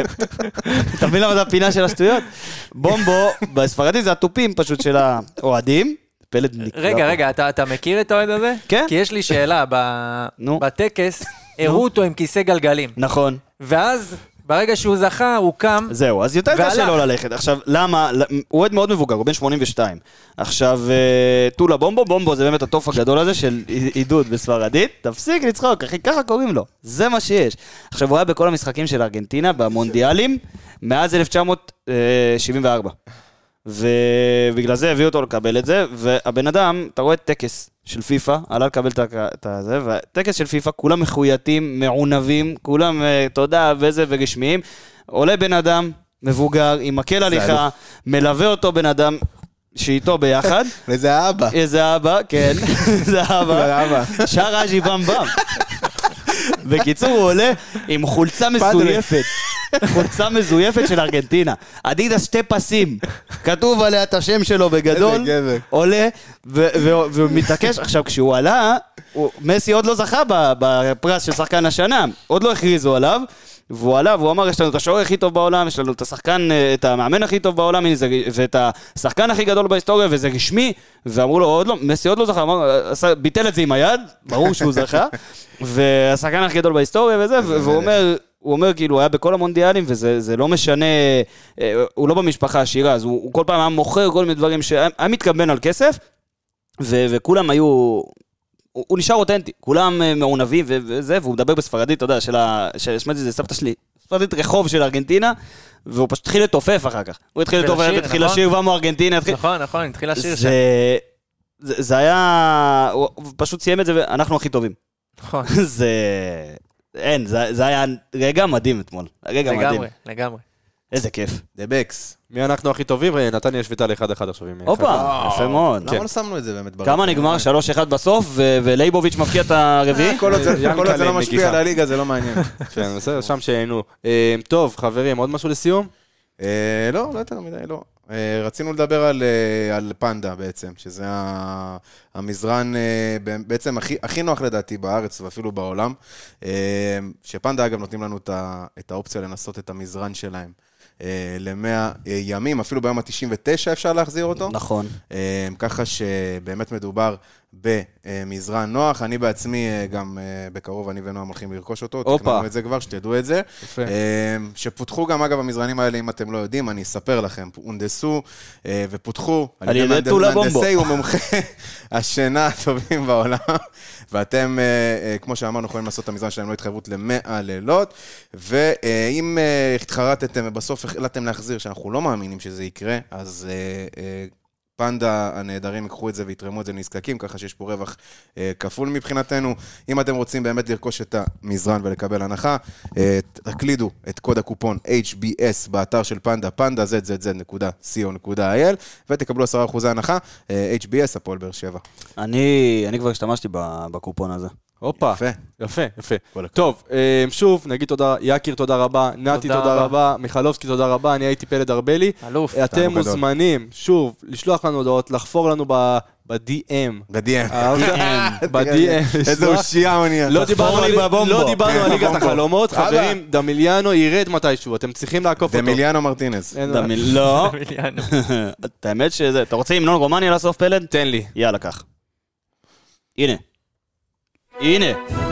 אתה מבין למה זה הפינה של השטויות? בומבו, בספרדית זה הטופים פשוט של האוהדים. רגע, אתה מכיר את האוהד הזה? כן. כי יש לי שאלה, בטקס, הראו אותו עם כיסא גלגלים. נכון. ואז... ברגע שהוא זכה, הוא קם. זהו, אז יותר קשה לא ללכת. עכשיו, למה? הוא עד מאוד מבוגר, הוא בן 82. עכשיו, טולה בומבו, בומבו זה באמת הטוף הגדול הזה של עידוד בספרדית. תפסיק לצחוק, אחי, ככה קוראים לו. זה מה שיש. עכשיו, הוא היה בכל המשחקים של ארגנטינה, במונדיאלים, מאז 1974. ובגלל זה הביאו אותו לקבל את זה, והבן אדם, אתה רואה טקס של פיפה, עלה לקבל את זה, והטקס של פיפה, כולם מחוייתים, מעונבים, כולם, תודה, וזה ורשמיים, עולה בן אדם, מבוגר, עם מקל הליכה, מלווה אותו בן אדם שאיתו ביחד. וזה אבא. זה אבא, כן, זה אבא. שר אג'י במבם. בקיצור, הוא עולה עם חולצה מזויפת. חולצה מזויפת של ארגנטינה. אדידס 2 פסים. כתוב עליה את השם שלו בגדול. עולה ומתעקש. עכשיו, כשהוא עלה, מסי עוד לא זכה בפרס של שחקן השנה. עוד לא הכריזו עליו. והוא עלה, והוא אמר, יש לנו את השוער הכי טוב בעולם, יש לנו את השחקן, את המאמן הכי טוב בעולם, ואת השחקן הכי גדול בהיסטוריה, וזה רשמי, ואמרו לו, עוד לא, מסי עוד לא זכה, אמר, ביטל את זה עם היד, ברור שהוא זכה, והשחקן הכי גדול בהיסטוריה וזה, והוא אומר, כאילו, הוא היה בכל המונדיאלים, וזה לא משנה, הוא לא במשפחה עשירה, אז הוא כל פעם היה מוכר כל מיני דברים שהיה מתכוון על כסף, וכולם היו... הוא נשאר אותנטי, כולם מעונבים וזה, והוא מדבר בספרדית, אתה יודע, שמעתי, זה סבתא שלי, ספרדית רחוב של ארגנטינה, והוא פשוט התחיל לתופף אחר כך. הוא התחיל לתופף, התחיל לשיר, ואמו ארגנטינה. נכון, התחיל לשיר שם. זה היה, הוא פשוט סיים את זה, ואנחנו הכי טובים. נכון. זה היה רגע מדהים אתמול. לגמרי. איזה כיף. דה בקס. מי אנחנו הכי טובים? נתניה השוויתה ל1-1 עכשיו. הופה, יפה מאוד. למה לא שמנו את זה באמת? כמה נגמר? 3-1 בסוף, ולייבוביץ' מבקיע את הרביעי? כל עוד זה לא משפיע על הליגה, זה לא מעניין. כן, בסדר, שם שהיינו. טוב, חברים, עוד משהו לסיום? לא יותר מדי, לא. רצינו לדבר על פנדה בעצם, שזה המזרן בעצם הכי נוח לדעתי בארץ ואפילו בעולם, שפנדה אגב נותנים לנו את האופציה לנסות את המזרן שלהם. ל100 ימים, אפילו ביום ה-99 אפשר להחזיר אותו. נכון. ככה שבאמת מדובר במזרן נוח. אני בעצמי גם בקרוב, אני ונועם הולכים לרכוש אותו. תקנו את זה כבר, שתדעו את זה. שפותחו גם אגב המזרנים האלה, אם אתם לא יודעים, אני אספר לכם. הונדסו ופותחו על ידי טולה בומבו. מהנדסי ומומחי השינה הטובים בעולם. ואתם, כמו שאמרנו, יכולים לעשות את המזרן שלהם, לא התחייבות ל100 לילות. ואם התחרטתם ובסוף החלטתם להחזיר, שאנחנו לא מאמינים שזה יקרה, אז פנדה הנהדרים יקחו את זה ויתרמו את זה לנזקקים, ככה שיש פה רווח כפול מבחינתנו. אם אתם רוצים באמת לרכוש את המזרן ולקבל הנחה, תקלידו את קוד הקופון HBS באתר של פנדה, panda.zzz.co.il, ותקבלו 10% הנחה, HBS, הפועל באר שבע. אני כבר השתמשתי בקופון הזה. הופה, יפה. טוב, שוב, נגיד תודה, יקיר תודה רבה, נתי תודה רבה, מיכלובסקי תודה רבה, אני הייתי פלד ארבלי. אתם מוזמנים, שוב, לשלוח לנו הודעות, לחפור לנו ב-DM. איזה אושייה מניע. לא דיברנו על ליגת החלומות, חברים, דמיליאנו ירד מתישהו, אתם צריכים לעקוף אותו. דמיליאנו מרטינס. לא. את האמת שזה, אתה רוצה המנון רומניה לסוף פלד? תן לי. יאללה, קח. הנה.